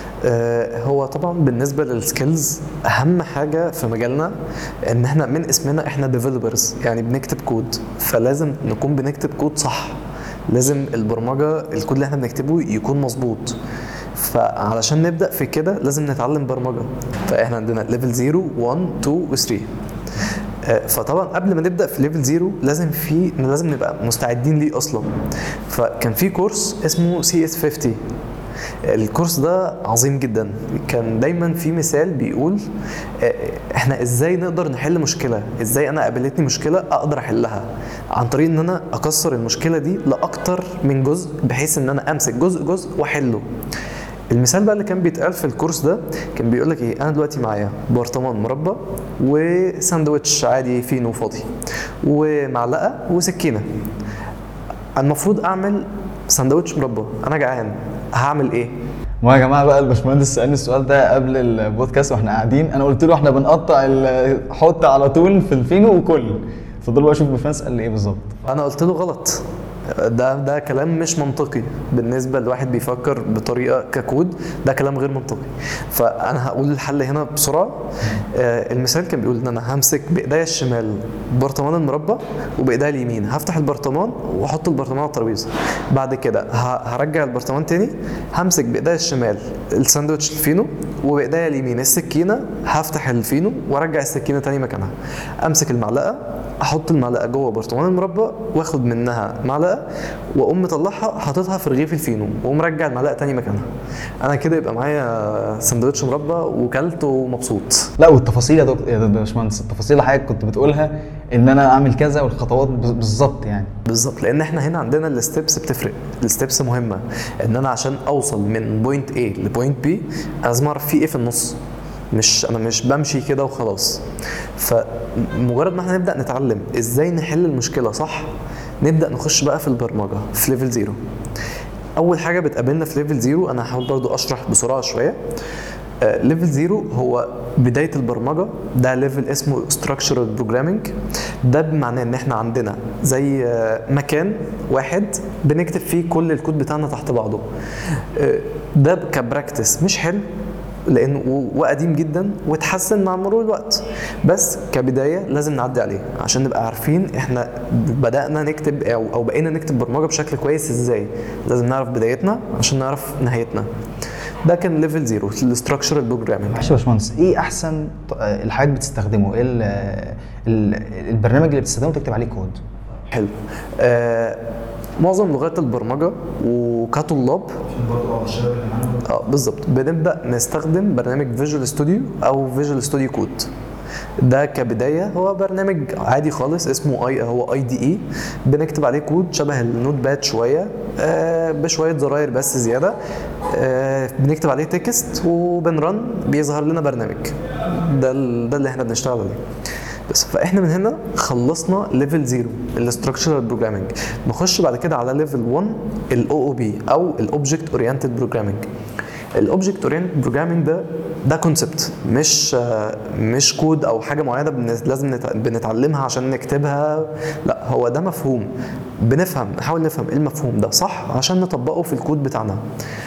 آه هو طبعا بالنسبه للسكيلز اهم حاجه في مجالنا ان احنا من اسمنا احنا ديفلوبرز، يعني بنكتب كود، فلازم نكون بنكتب كود صح. لازم البرمجه الكود اللي احنا بنكتبه يكون مظبوط. فعلشان نبدا في كده لازم نتعلم برمجه. فاحنا عندنا ليفل صفر واحد اتنين و ثلاثة. فطبعا قبل ما نبدا في ليفل صفر لازم في لازم نبقى مستعدين ليه اصلا. فكان في كورس اسمه سي اس خمسين. الكورس ده عظيم جدا. كان دايما في مثال بيقول احنا ازاي نقدر نحل مشكله، ازاي انا قابلتني مشكله اقدر احلها عن طريق ان انا اكسر المشكله دي لاكتر من جزء، بحيث ان انا امسك جزء جزء واحله. المثال بقى اللي كان بيتقال في الكورس ده كان بيقول لك ايه، انا دلوقتي معايا برطمان مربى وساندوتش عادي فينو فاضي ومعلقه وسكينه. المفروض اعمل ساندوتش مربى، انا جعان، هعمل ايه؟ ما يا جماعه بقى الباشمهندس سالني السؤال ده قبل البودكاست واحنا قاعدين، انا قلت له احنا بنقطع الحط على طول في الفينو وكل. فضل بقى اشوف بفانس قال لي ايه بالظبط. انا قلت له غلط، ده ده كلام مش منطقي بالنسبه لواحد بيفكر بطريقه ككود، ده كلام غير منطقي. فانا هقول الحل هنا بسرعه. آه المثال كان بيقول ان انا همسك بايديا الشمال برطمان المربى وبايديا اليمين هفتح البرطمان واحط البرطمان على الترابيزه. بعد كده هرجع البرطمان تاني، همسك بايديا الشمال الساندوتش الفينو وبايديا اليمين السكينه، هفتح الفينو وارجع السكينه تاني مكانها. امسك المعلقه، احط المعلقه جوه برطمان المربى واخد منها معلقه واقوم مطلعها حاططها في رغيف الفينو واقوم مرجع المعلقه تاني مكانها. انا كده يبقى معايا سندوتش مربى وكلت ومبسوط. لا والتفاصيل يا دكتور يا باشمهندس، التفاصيل اللي حضرتك كنت بتقولها ان انا اعمل كذا والخطوات بالظبط يعني. بالظبط، لان احنا هنا عندنا الستبس بتفرق، الستبس مهمه. ان انا عشان اوصل من بوينت A لبوينت B لازم اعرف في ايه في النص، مش انا مش بمشي كده وخلاص. فمجرد ما احنا نبدا نتعلم ازاي نحل المشكله صح، نبدا نخش بقى في البرمجه في ليفل زيرو. اول حاجه بتقابلنا في ليفل زيرو، انا هحاول برضو اشرح بسرعه شويه. ليفل زيرو هو بدايه البرمجه، ده ليفل اسمه structural programming. ده بمعنى ان احنا عندنا زي مكان واحد بنكتب فيه كل الكود بتاعنا تحت بعضه. ده كبراكتس مش حلو لانه وقديم جدا واتحسن مع مرور الوقت، بس كبدايه لازم نعدي عليه عشان نبقى عارفين احنا بدانا نكتب او او بقينا نكتب برمجه بشكل كويس ازاي. لازم نعرف بدايتنا عشان نعرف نهايتنا. ده كان ليفل زيرو الاستراكشرال بروجرامينج. معلش يا باشمهندس، ايه احسن الحاجات بتستخدمه؟ ايه البرنامج اللي بتستخدمه تكتب عليه كود؟ حلو. آه معظم لغات البرمجه وكطلاب اه بالظبط بنبدا نستخدم برنامج فيجوال ستوديو او فيجوال ستوديو كود. ده كبدايه هو برنامج عادي خالص اسمه اي هو اي دي اي، بنكتب عليه كود شبه النوت باد شويه آه بشويه زراير بس زياده. آه بنكتب عليه تكست وبنرن بيظهر لنا برنامج. ده ده اللي احنا بنشتغل عليه بس. فاحنا من هنا خلصنا ليفل زيرو الاستراكشرال بروجرامينج. نخش بعد كده على ليفل واحد الاو او بي او الاوبجكت اورينتد بروجرامينج. الاوبجكت اورينتد بروجرامينج ده ده كونسبت، مش مش كود او حاجه معينه لازم بنتعلمها عشان نكتبها، لا هو ده مفهوم بنفهم نحاول نفهم ايه المفهوم ده صح عشان نطبقه في الكود بتاعنا.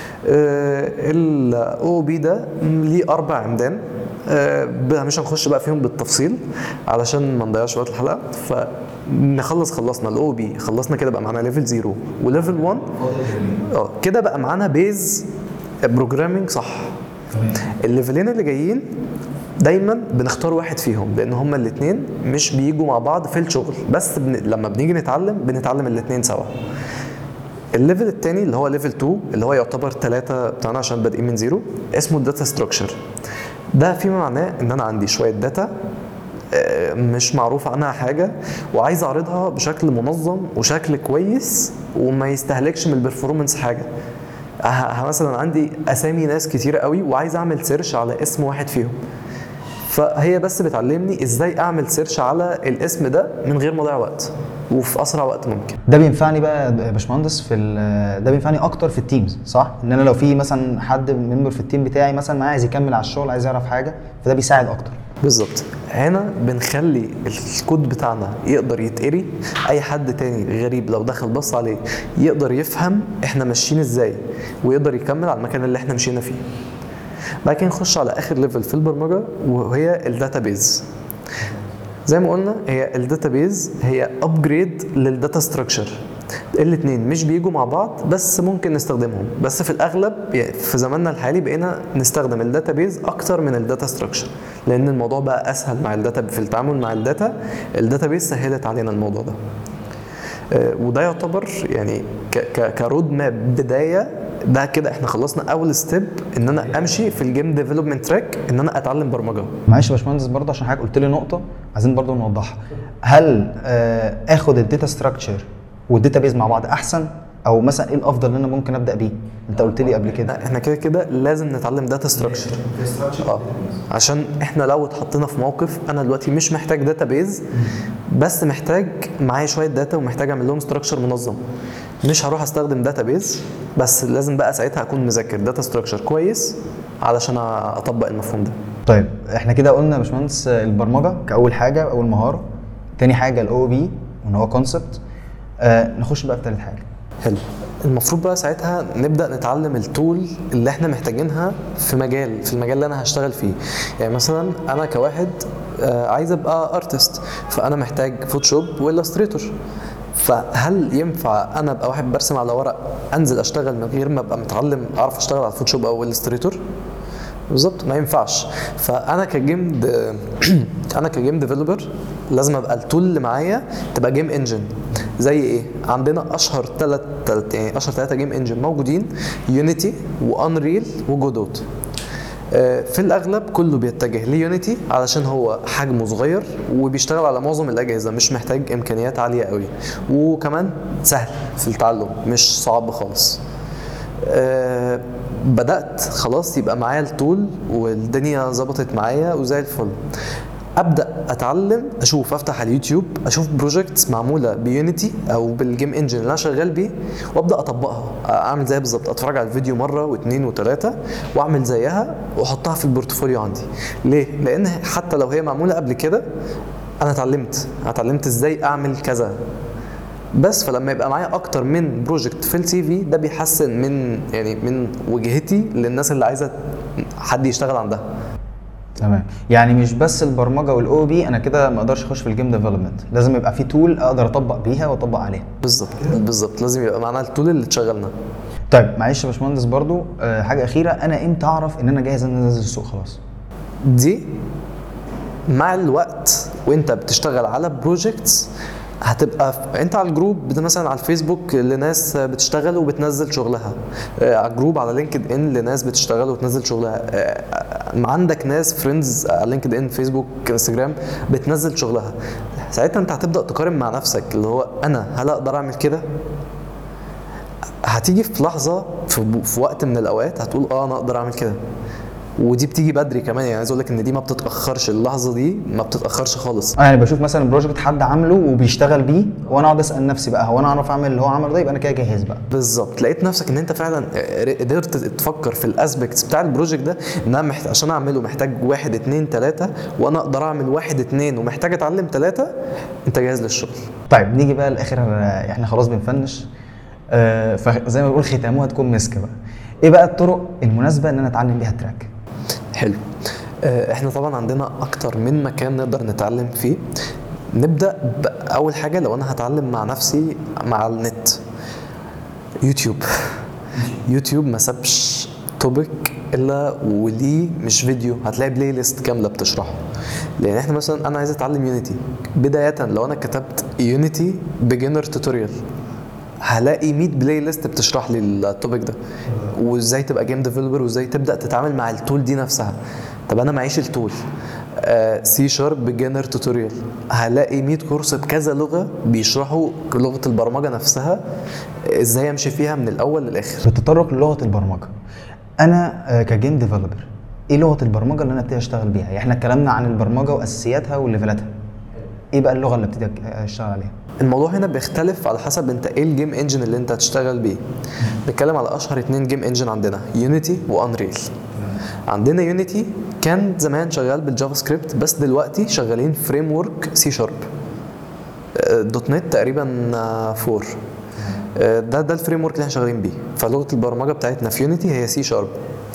الاو او بي ده ليه اربع عمدان، مش هنخش بقى فيهم بالتفصيل علشان ما نضيعش وقت الحلقه. فنخلص خلصنا الاو بي، خلصنا كده بقى معانا ليفل زيرو وليفل واحد. اه كده بقى معانا بيز بروجرامينج صح. الليفلين اللي جايين دايما بنختار واحد فيهم لان هما الاثنين مش بيجوا مع بعض في الشغل، بس بن... لما بنيجي نتعلم بنتعلم الاثنين سوا. الليفل الثاني اللي هو ليفل اتنين اللي هو يعتبر ثلاثة بتاعنا عشان بادئين من زيرو، اسمه الداتا ستراكشر. ده فيما معناه ان انا عندي شويه داتا مش معروف عنها حاجه وعايز اعرضها بشكل منظم وشكل كويس وما يستهلكش من البرفورمانس حاجه. مثلا عندي اسامي ناس كتيره قوي وعايز اعمل سيرش على اسم واحد فيهم، فهي بس بتعلمني ازاي اعمل سيرش على الاسم ده من غير ما اضيع وقت وفي اسرع وقت ممكن. ده بينفعني بقى يا باشمهندس في ده بينفعني اكتر في التيمز صح؟ ان انا لو في مثلا حد ممبر في التيم بتاعي مثلا عايز يكمل على الشغل عايز يعرف حاجه، فده بيساعد اكتر. بالظبط. هنا بنخلي الكود بتاعنا يقدر يتقري، اي حد تاني غريب لو دخل بص عليه يقدر يفهم احنا ماشيين ازاي ويقدر يكمل على المكان اللي احنا مشينا فيه. بعد كده نخش على اخر ليفل في البرمجه وهي الداتابيز. زي ما قلنا هي الداتابيز هي ابجريد للداتا ستراكشر، الاثنين مش بيجوا مع بعض بس ممكن نستخدمهم، بس في الاغلب في زماننا الحالي بقينا نستخدم الداتابيز اكتر من الداتا ستراكشر، لان الموضوع بقى اسهل مع الداتا في التعامل مع الداتا. الداتابيز سهلت علينا الموضوع ده، وده يعتبر يعني كرود ماب بدايه. ده كده احنا خلصنا اول ستيب ان انا امشي في الجيم ديفلوبمنت تراك، ان انا اتعلم برمجه. معلش يا باشمهندس برضه عشان حضرتك قلت لي نقطه عايزين برضه نوضحها. هل آه اخد الداتا ستراكشر والداتابيز مع بعض احسن، او مثلا ايه الافضل ان انا ممكن ابدا بيه؟ انت قلت لي قبل كده احنا كده كده لازم نتعلم داتا ستراكشر، اه عشان احنا لو اتحطينا في موقف انا دلوقتي مش محتاج داتابيز بس محتاج معايا شويه داتا ومحتاج اعمل لهم ستراكشر منظم، مش هروح استخدم داتابيز، بس لازم بقى ساعتها اكون مذاكر داتا ستراكشر كويس علشان اطبق المفهوم ده. طيب احنا كده قلنا يا باشمهندس البرمجه كاول حاجه، اول مهاره. تاني حاجه الاو بي وان هو كونسبت. آه نخش بقى في ثالث حاجه. حلو. المفروض بقى ساعتها نبدا نتعلم التول اللي احنا محتاجينها في مجال في المجال اللي انا هشتغل فيه. يعني مثلا انا كواحد آه عايز ابقى ارتست، فانا محتاج فوتوشوب والستريتور. فهل ينفع انا ابقى واحد برسم على ورق انزل اشتغل من غير ما ابقى متعلم اعرف اشتغل على الفوتوشوب او الستريتور؟ بالظبط ما ينفعش. فانا كجيم د... انا كجيم ديفلوبر لازم ابقى التول اللي معايا تبقى جيم انجن. زي ايه؟ عندنا اشهر ثلاث يعني اشهر ثلاثه جيم انجن موجودين، يونيتي وانريل وجودوت. في الاغلب كله بيتجه ليونيتي علشان هو حجمه صغير وبيشتغل على معظم الاجهزه، مش محتاج امكانيات عاليه قوي، وكمان سهل في التعلم مش صعب خالص. أه بدات خلاص يبقى معايا التول والدنيا ظبطت معايا وزي الفل، ابدا اتعلم، اشوف افتح على اليوتيوب اشوف بروجكتس معموله بيونيتي او بالجيم انجن اللي انا شغال بيه وابدا اطبقها، اعمل زيها بالظبط، اتفرج على الفيديو مره واثنين وثلاثه واعمل زيها واحطها في البورتفوليو عندي. ليه؟ لان حتى لو هي معموله قبل كده انا اتعلمت اتعلمت ازاي اعمل كذا بس. فلما يبقى معايا اكتر من بروجكت في السي في ده بيحسن من يعني من وجهتي للناس اللي عايزه حد يشتغل عندها. تمام. يعني مش بس البرمجه والاو بي انا كده ما اقدرش اخش في الجيم ديفلوبمنت، لازم يبقى في تول اقدر اطبق بيها واطبق عليها. بالظبط بالظبط لازم يبقى معانا التول اللي تشغلنا. طيب معلش يا باشمهندس برضو أه حاجه اخيره، انا امتى اعرف ان انا جاهز ان انا انزل السوق خلاص؟ دي مع الوقت وانت بتشتغل على بروجكتس هتبقى انت على الجروب مثلا على الفيسبوك لناس بتشتغل وبتنزل شغلها، على الجروب على لينكد ان لناس بتشتغل وتنزل شغلها، عندك ناس فريندز على لينكد ان فيسبوك انستجرام بتنزل شغلها. ساعتها انت هتبدا تقارن مع نفسك اللي هو انا هل اقدر اعمل كده؟ هتيجي في لحظه في, في وقت من الاوقات هتقول اه انا اقدر اعمل كده، ودي بتيجي بدري كمان. يعني عايز اقول لك ان دي ما بتتاخرش، اللحظه دي ما بتتاخرش خالص. اه يعني بشوف مثلا بروجكت حد عامله وبيشتغل بيه وانا اقعد اسال نفسي بقى هو انا اعرف اعمل اللي هو عمله ده، يبقى انا كده جاهز بقى. بالظبط، لقيت نفسك ان انت فعلا قدرت تفكر في الاسبكتس بتاع البروجكت ده، ان انا محتاج عشان اعمله محتاج واحد اتنين تلاته، وانا اقدر اعمل واحد اتنين ومحتاج اتعلم تلاته، انت جاهز للشغل. طيب نيجي بقى لاخر، احنا خلاص بنفنش، آه فزي ما بنقول ختامها تكون مسك بقى. ايه بقى الطرق المناسبه ان انا اتعلم بيها التراك؟ حلو. احنا طبعا عندنا اكتر من مكان نقدر نتعلم فيه. نبدا باول حاجه لو انا هتعلم مع نفسي مع النت، يوتيوب. يوتيوب ما سابش توبيك الا وليه مش فيديو، هتلاقي بلاي ليست كامله بتشرحه. لان احنا مثلا انا عايز اتعلم يونيتي، بدايه لو انا كتبت يونيتي بيجنر توتوريال هلاقي مية بلاي ليست بتشرح لي التوبيك ده، وازاي تبقى جيم ديفلوبر وازاي تبدا تتعامل مع التول دي نفسها. طب انا معيش التول، سي شارب بيجنر توتوريال هلاقي مية كورس بكذا لغه بيشرحوا لغه البرمجه نفسها ازاي امشي فيها من الاول للاخر. بالتطرق للغه البرمجه، انا كجيم ديفلوبر ايه لغه البرمجه اللي انا ابتدي اشتغل بيها؟ يعني احنا اتكلمنا عن البرمجه واساسياتها وليفلاتها، ايه بقى اللغه اللي ابتدي اشتغل عليها؟ الموضوع هنا بيختلف على حسب انت ايه الجيم انجن اللي انت هتشتغل بيه. نتكلم على اشهر اتنين جيم انجن عندنا، يونيتي وانريل. عندنا يونيتي كان زمان شغال بالجافا سكريبت، بس دلوقتي شغالين فريم ورك سي شارب دوت نت تقريبا فور. ده ده الفريم ورك اللي احنا شغالين بيه. فلغه البرمجه بتاعتنا في يونيتي هي سي شارب.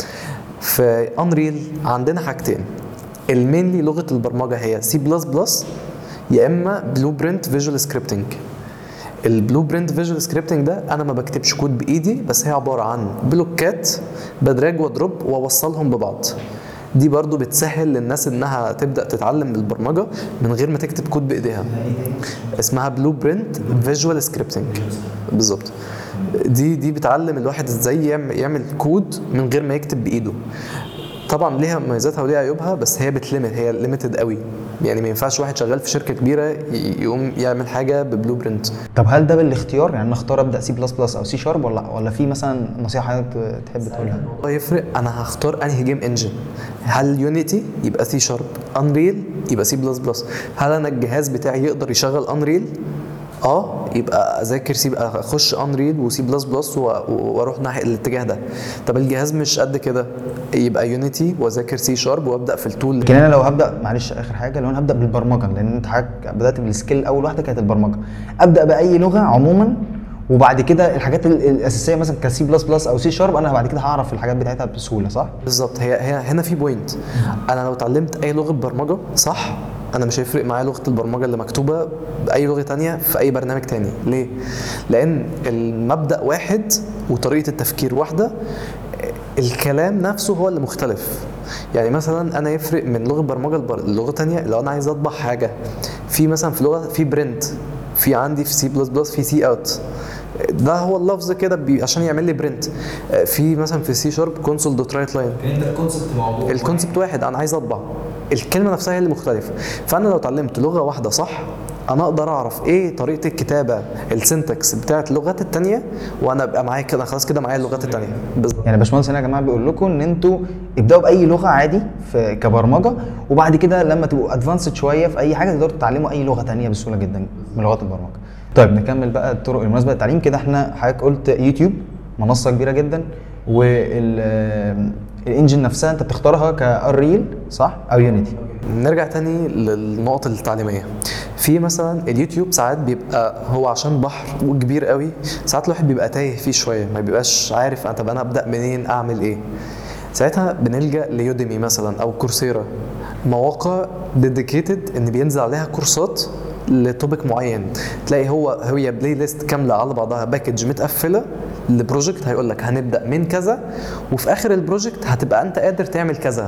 في انريل عندنا حاجتين، المينلي لغه البرمجه هي سي بلس بلس يا اما بلو برنت فيجوال سكريبتنج. البلو برنت فيجوال سكريبتنج ده انا ما بكتبش كود بايدي، بس هي عباره عن بلوكات بدراج ودروب واوصلهم ببعض. دي برضو بتسهل للناس انها تبدا تتعلم البرمجه من غير ما تكتب كود بايديها. اسمها بلو برنت فيجوال سكريبتنج بالظبط. دي دي بتعلم الواحد ازاي يعمل, يعمل كود من غير ما يكتب بايده. طبعا ليها مميزاتها وليها عيوبها، بس هي بتليمت، هي ليميتد قوي. يعني ما ينفعش واحد شغال في شركه كبيره يقوم يعمل حاجه ببلو برنت. طب هل ده بالاختيار؟ يعني نختار ابدا سي بلس بلس او سي شارب، ولا ولا في مثلا نصيحه حضرتك تحب تقولها؟ يفرق. انا هختار انهي جيم انجن، هل يونيتي يبقى سي شارب، انريل يبقى سي بلس بلس. هل انا الجهاز بتاعي يقدر يشغل انريل؟ اه يبقى اذاكر سي، بقى اخش انريل وسي بلس بلس واروح ناحيه الاتجاه ده. طب الجهاز مش قد كده، يبقى يونيتي واذاكر سي شارب وابدا في التول. لكن انا لو هبدا، معلش اخر حاجه، لو انا هبدا بالبرمجه، لان انت حضرتك بدات بالسكيل اول واحده كانت البرمجه، ابدا باي لغه عموما، وبعد كده الحاجات الاساسيه مثلا كسي بلس بلس او سي شارب انا بعد كده هعرف الحاجات بتاعتها بسهوله، صح؟ بالظبط. هي هي هنا في بوينت، انا لو اتعلمت اي لغه برمجه صح، انا مش هيفرق معايا لغه البرمجه اللي مكتوبه باي لغه تانية في اي برنامج تاني. ليه؟ لان المبدا واحد وطريقه التفكير واحده، الكلام نفسه هو اللي مختلف. يعني مثلا انا يفرق من لغه برمجه للغه تانية لو انا عايز اطبع حاجه في مثلا في لغه في برنت، في عندي في سي بلس بلس في سي اوت، ده هو اللفظ كده عشان يعمل لي برنت. في مثلا في سي شارب كونسول دوت رايت لاين، ده الكونسبت موضوع الكونسبت واحد، انا عايز اطبع، الكلمه نفسها هي اللي مختلفه. فانا لو اتعلمت لغه واحده صح، انا اقدر اعرف ايه طريقه الكتابه السنتكس بتاعت اللغات الثانيه، وانا ابقى معايا كده خلاص كده معايا اللغات الثانيه بالظبط. يعني باشمهندس هنا يا جماعه بيقول لكم ان انتوا ابداوا باي لغه عادي في كبرمجه، وبعد كده لما تبقوا ادفانسد شويه في اي حاجه تقدروا تتعلموا اي لغه ثانيه بسهوله جدا من لغات البرمجه. طيب نكمل بقى الطرق المناسبه للتعليم. كده احنا حضرتك قلت يوتيوب منصه كبيره جدا، والانجن نفسها انت بتختارها كانريل صح او يونيتي. نرجع تاني للنقط التعليميه. في مثلا اليوتيوب ساعات بيبقى هو عشان بحر وكبير قوي، ساعات الواحد بيبقى تايه فيه شويه، ما بيبقاش عارف طب انا ابدا منين اعمل ايه. ساعتها بنلجا ليوديمي مثلا او كورسيرا، مواقع ديديكيتد ان بينزل عليها كورسات لتوبيك معين. تلاقي هو هي بلاي ليست كامله على بعضها، باكج متقفله لبروجكت، هيقول لك هنبدا من كذا، وفي اخر البروجكت هتبقى انت قادر تعمل كذا.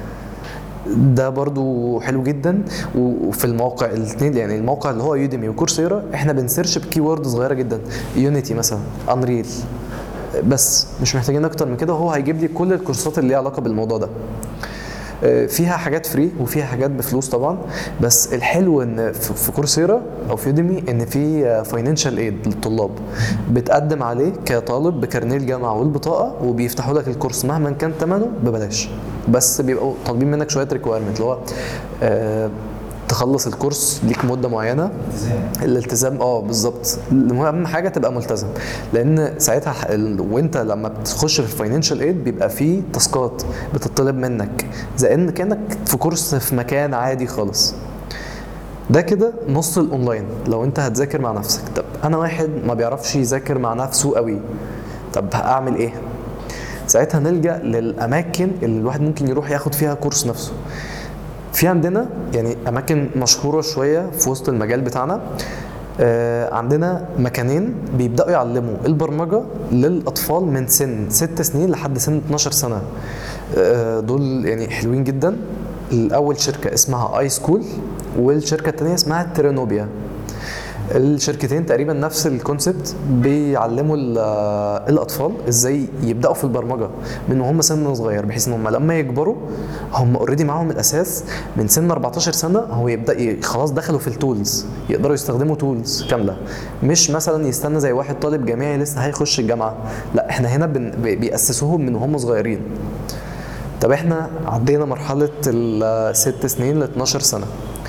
ده برضو حلو جدا. وفي الموقع الاثنين، يعني الموقع اللي هو يوديمي وكورسيرا، احنا بنسيرش بكي وورد صغيره جدا، يونيتي مثلا، انريل، بس مش محتاجين اكتر من كده، وهو هيجيب لي كل الكورسات اللي ليها علاقه بالموضوع ده. فيها حاجات فري وفيها حاجات بفلوس طبعا، بس الحلو ان في كورسيرا او في يوديمي ان في فاينانشال ايد للطلاب، بتقدم عليه كطالب بكارنيه الجامعه والبطاقه، وبيفتحوا لك الكورس مهما كان ثمنه ببلاش، بس بيبقوا طالبين منك شويه ريكويرمنت، اللي هو آه تخلص الكورس ليك مده معينه. الالتزام اه بالظبط، اهم حاجه تبقى ملتزم، لان ساعتها وانت لما بتخش في الفاينانشال ايد بيبقى فيه تاسكات بتطلب منك زي ان كانك في كورس في مكان عادي خالص. ده كده نص الاونلاين لو انت هتذاكر مع نفسك. طب انا واحد ما بيعرفش يذاكر مع نفسه قوي، طب هعمل ايه؟ ساعتها نلجا للاماكن اللي الواحد ممكن يروح ياخد فيها كورس نفسه. في عندنا يعني اماكن مشهوره شويه في وسط المجال بتاعنا. آه عندنا مكانين بيبداوا يعلموا البرمجه للاطفال من سن ست سنين لحد سن اتناشر سنه. آه دول يعني حلوين جدا. الاول شركه اسمها اي سكول، والشركه الثانيه اسمها تيرانوبيا. الشركتين تقريبا نفس الكونسبت، بيعلموا الاطفال ازاي يبداوا في البرمجه من وهم سن صغير، بحيث ان هم لما يكبروا هم اوريدي معاهم الاساس من سن اربعتاشر سنه، هو يبدا خلاص دخلوا في التولز، يقدروا يستخدموا تولز كامله، مش مثلا يستنى زي واحد طالب جامعي لسه هيخش الجامعه. لا، احنا هنا بيأسسوهم من وهم صغيرين. طب احنا عدينا مرحله الست سنين ل اتناشر سنه،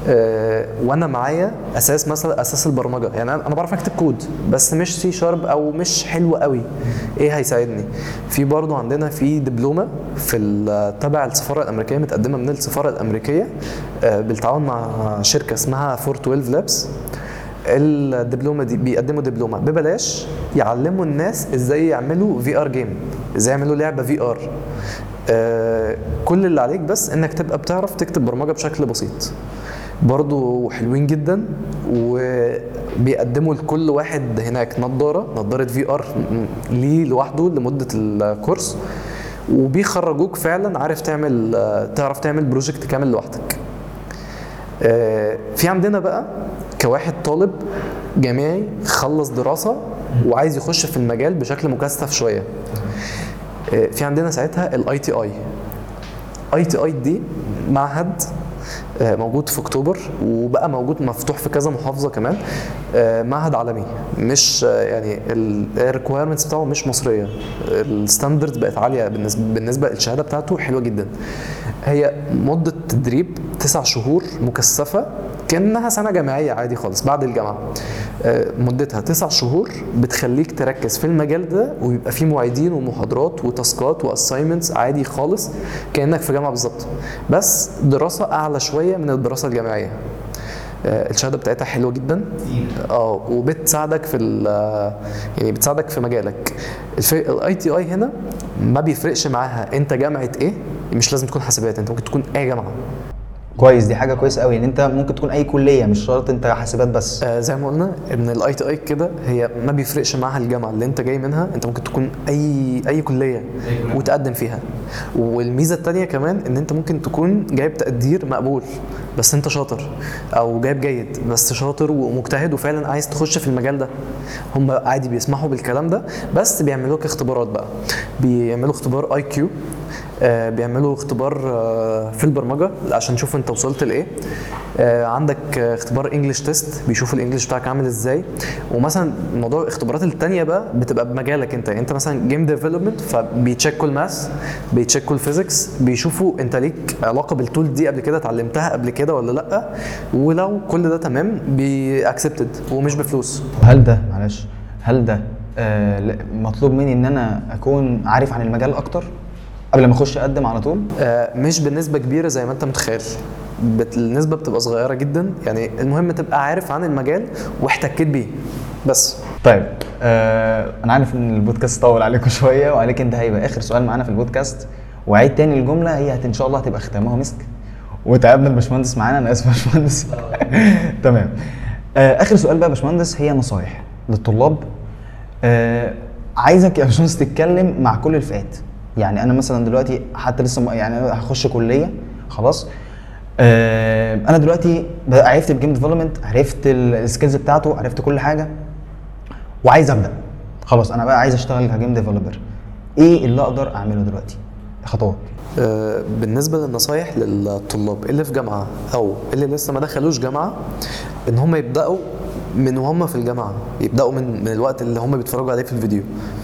آه، وانا معايا اساس مثلا اساس البرمجه، يعني انا أنا بعرف اكتب كود بس مش سي شارب او مش حلو قوي. ايه هيساعدني؟ في برضو عندنا في دبلومه في ال- تبع السفاره الامريكيه، متقدمه من السفاره الامريكيه آه، بالتعاون مع شركه اسمها فور تويلف لابس. الدبلومه دي بيقدموا دبلومه ببلاش يعلموا الناس ازاي يعملوا في ار جيم، ازاي يعملوا لعبه في ار. آه، كل اللي عليك بس انك تبقى بتعرف تكتب برمجه بشكل بسيط. برضو حلوين جدا، وبيقدموا لكل واحد هناك نظاره نظاره في ار ليه لوحده لمده الكورس، وبيخرجوك فعلا عارف تعمل آه، تعرف تعمل بروجكت كامل لوحدك. آه، في عندنا بقى كواحد طالب جامعي خلص دراسة وعايز يخش في المجال بشكل مكثف شوية، آه، في عندنا ساعتها الاي تي اي. اي تي اي دي معهد آه، موجود في اكتوبر، وبقى موجود مفتوح في كذا محافظة كمان. آه، معهد عالمي، مش آه، يعني الريكويرمنتس بتاعه مش مصرية، الستاندرد بقت عالية بالنسبة بالنسبة الشهادة بتاعته حلوة جدا. هي مدة تدريب تسع شهور مكثفة كأنها سنة جامعية عادي خالص بعد الجامعة. آه، مدتها تسع شهور بتخليك تركز في المجال ده، ويبقى فيه معيدين ومحاضرات وتاسكات واساينمنتس عادي خالص كأنك في جامعة بالظبط، بس دراسة أعلى شوية من الدراسة الجامعية. آه، الشهادة بتاعتها حلوة جدا، اه وبتساعدك في ال- يعني بتساعدك في مجالك. الاي تي اي هنا ما بيفرقش معاها انت جامعة ايه، مش لازم تكون حاسبات، انت ممكن تكون اي جامعة. كويس، دي حاجه كويسه قوي ان انت ممكن تكون اي كليه، مش شرط انت حاسبات بس. آه زي ما قلنا ان الاي تي اي كده هي ما بيفرقش معاها الجامعه اللي انت جاي منها، انت ممكن تكون اي اي كليه وتقدم فيها. والميزه الثانيه كمان ان انت ممكن تكون جايب تقدير مقبول بس انت شاطر، او جايب جيد بس شاطر ومجتهد وفعلا عايز تخش في المجال ده. هم عادي بيسمحوا بالكلام ده، بس بيعملوا لك اختبارات بقى، بيعملوا اختبار اي كيو، آه، بيعملوا اختبار آه، في البرمجه عشان يشوفوا انت وصلت لايه. آه، عندك آه، اختبار انجلش تيست بيشوفوا الانجليش بتاعك عامل ازاي. ومثلا موضوع الاختبارات التانية بقى بتبقى بمجالك انت، يعني انت مثلا جيم ديفلوبمنت فبيتشيكوا الماس، بيتشيكوا الفيزيكس، بيشوفوا انت ليك علاقه بالتول دي قبل كده، اتعلمتها قبل كده ولا لا، ولو كل ده تمام بيأكسبتد ومش بفلوس. هل ده معلش هل ده آه ل- مطلوب مني ان انا اكون عارف عن المجال اكتر قبل ما اخش اقدم على طول؟ آه، مش بنسبة كبيرة زي ما انت متخيل، بت- النسبة بتبقى صغيرة جدا. يعني المهم تبقى عارف عن المجال واحتكيت بيه بس. طيب، آه انا عارف ان البودكاست طول عليكم شويه، وعليك انت هيبقى اخر سؤال معانا في البودكاست، وعيد تاني الجمله، هي هت- ان شاء الله هتبقى ختامها مسك. وتقابلنا الباشمهندس معانا، انا اسف يا باشمهندس. تمام. آه اخر سؤال بقى يا باشمهندس، هي نصايح للطلاب. آه عايزك يا باشمهندس تتكلم مع كل الفئات. يعني انا مثلا دلوقتي حتى لسه م- يعني أنا هخش كليه خلاص. آه انا دلوقتي بقى عرفت الجيم ديفلوبمنت، عرفت السكيلز بتاعته، عرفت كل حاجه، وعايز ابدا خلاص، انا بقى عايز اشتغل كجيم ديفلوبر. ايه اللي اقدر اعمله دلوقتي؟ خطوات. آه، بالنسبة للنصايح للطلاب اللي في جامعة أو اللي لسه ما دخلوش جامعة، إن هم يبدأوا من وهم في الجامعة، يبدأوا من من الوقت اللي هم بيتفرجوا عليه في الفيديو،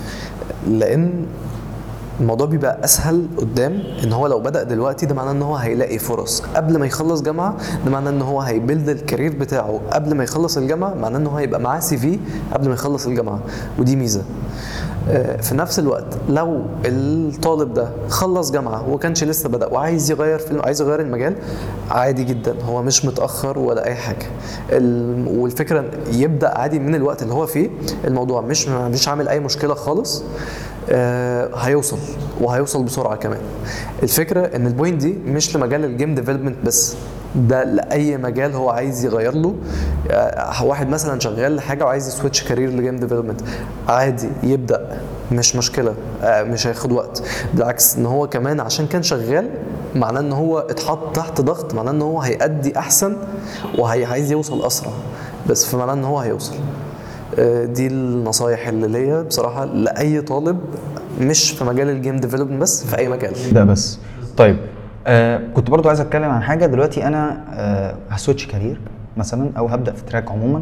لأن الموضوع بيبقى اسهل قدام. ان هو لو بدأ دلوقتي ده معناه ان هو هيلاقي فرص قبل ما يخلص جامعة، ده معناه ان هو هيبيلد الكارير بتاعه قبل ما يخلص الجامعة، معناه ان هو هيبقى معاه سي في قبل ما يخلص الجامعة، ودي ميزة. آه، في نفس الوقت لو الطالب ده خلص جامعة وكانش لسه بدأ وعايز يغير في عايز يغير المجال، عادي جدا، هو مش متأخر ولا أي حاجة. ال- والفكرة يبدأ عادي من الوقت اللي هو فيه، الموضوع مش مش عامل أي مشكلة خالص. آه، هيوصل وهيوصل بسرعه كمان. الفكره ان البوينت دي مش لمجال الجيم ديفلوبمنت بس، ده لاي مجال هو عايز يغير له. آه، واحد مثلا شغال لحاجه وعايز يسويتش كارير لجيم ديفلوبمنت، عادي يبدا، مش مشكله، آه، مش هياخد وقت. بالعكس، ان هو كمان عشان كان شغال معناه ان هو اتحط تحت ضغط، معناه ان هو هيأدي احسن وعايز يوصل اسرع، بس في معناه ان هو هيوصل. آه، دي النصايح اللي ليا بصراحه لاي طالب مش في مجال الجيم ديفلوبمنت بس، في اي مجال. ده بس. طيب، آه كنت برضو عايز اتكلم عن حاجه دلوقتي. انا آه هسويتش كارير مثلا، او هبدا في تراك عموما.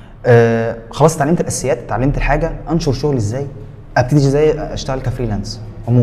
آه خلاص اتعلمت الاساسيات، اتعلمت الحاجه، انشر شغل ازاي، ابتدي ازاي اشتغل كفريلانس عموما.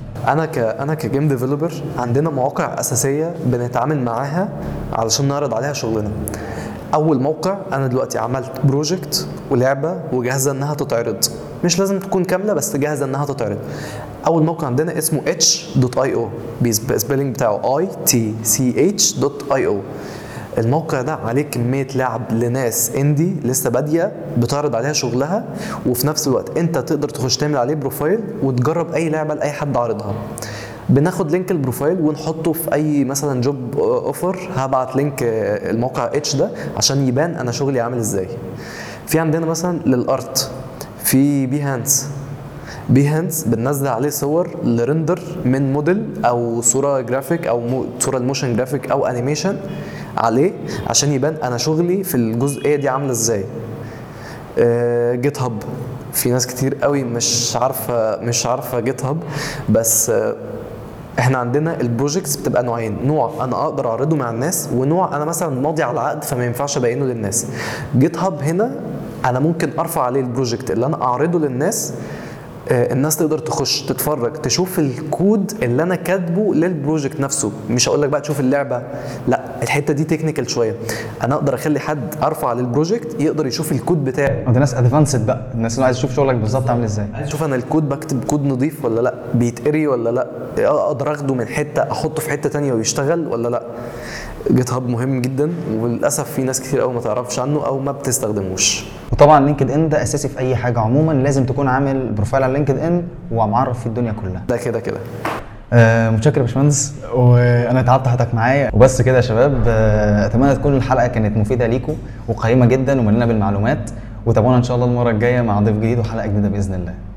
انا ك انا كجيم ديفلوبر عندنا مواقع اساسيه بنتعامل معاها علشان نعرض عليها شغلنا. اول موقع، انا دلوقتي عملت بروجكت ولعبه وجاهزه انها تتعرض، مش لازم تكون كامله بس جاهزه انها تتعرض. اول موقع عندنا اسمه اتش دوت اي او، بالسبيلنج بتاعه اي تي سي اتش دوت اي او. الموقع ده عليه كميه لعب لناس اندي لسه باديه بتعرض عليها شغلها، وفي نفس الوقت انت تقدر تخش تعمل عليه بروفايل وتجرب اي لعبه لاي حد عارضها. بناخد لينك البروفايل ونحطه في اي مثلا جوب اوفر. هبعت لينك الموقع اتش ده عشان يبان انا شغلي عامل ازاي. في عندنا مثلا للارت في بيهانس. بيهانس بننزل عليه صور لرندر من موديل او صوره جرافيك او مو صوره الموشن جرافيك او انيميشن عليه عشان يبان انا شغلي في الجزئيه دي عامله ازاي. أه جيت هاب، في ناس كتير قوي مش عارفه مش عارفه جيت هاب، بس أه احنا عندنا البروجكتس بتبقى نوعين، نوع انا اقدر اعرضه مع الناس، ونوع انا مثلا ماضي على عقد فما ينفعش ابينه للناس. جيت هاب هنا انا ممكن ارفع عليه البروجكت اللي انا اعرضه للناس، الناس تقدر تخش تتفرج تشوف الكود اللي انا كاتبه للبروجكت نفسه. مش هقول لك بقى تشوف اللعبه، لا الحته دي تكنيكال شويه. انا اقدر اخلي حد ارفع للبروجكت يقدر يشوف الكود بتاعي. ده ناس ادفانسد بقى، الناس اللي عايز تشوف شغلك بالظبط عامل ازاي، عايز اشوف انا الكود بكتب كود نظيف ولا لا، بيتقري ولا لا، اقدر اخده من حته احطه في حته تانية ويشتغل ولا لا. جيت هاب مهم جدا، وللاسف في ناس كتير قوي ما تعرفش عنه او ما بتستخدموش. وطبعا لينكد ان ده اساسي في اي حاجه عموما، لازم تكون عامل بروفايل على لينكد ان ومعرف في الدنيا كلها. ده كده كده. آه متشكر يا باشمهندس، وانا تعبت حضرتك معايا. وبس كده يا شباب، آه اتمنى تكون الحلقه كانت مفيده ليكم وقيمه جدا ومليانه بالمعلومات، وتابعونا ان شاء الله المره الجايه مع ضيف جديد وحلقه جديده باذن الله.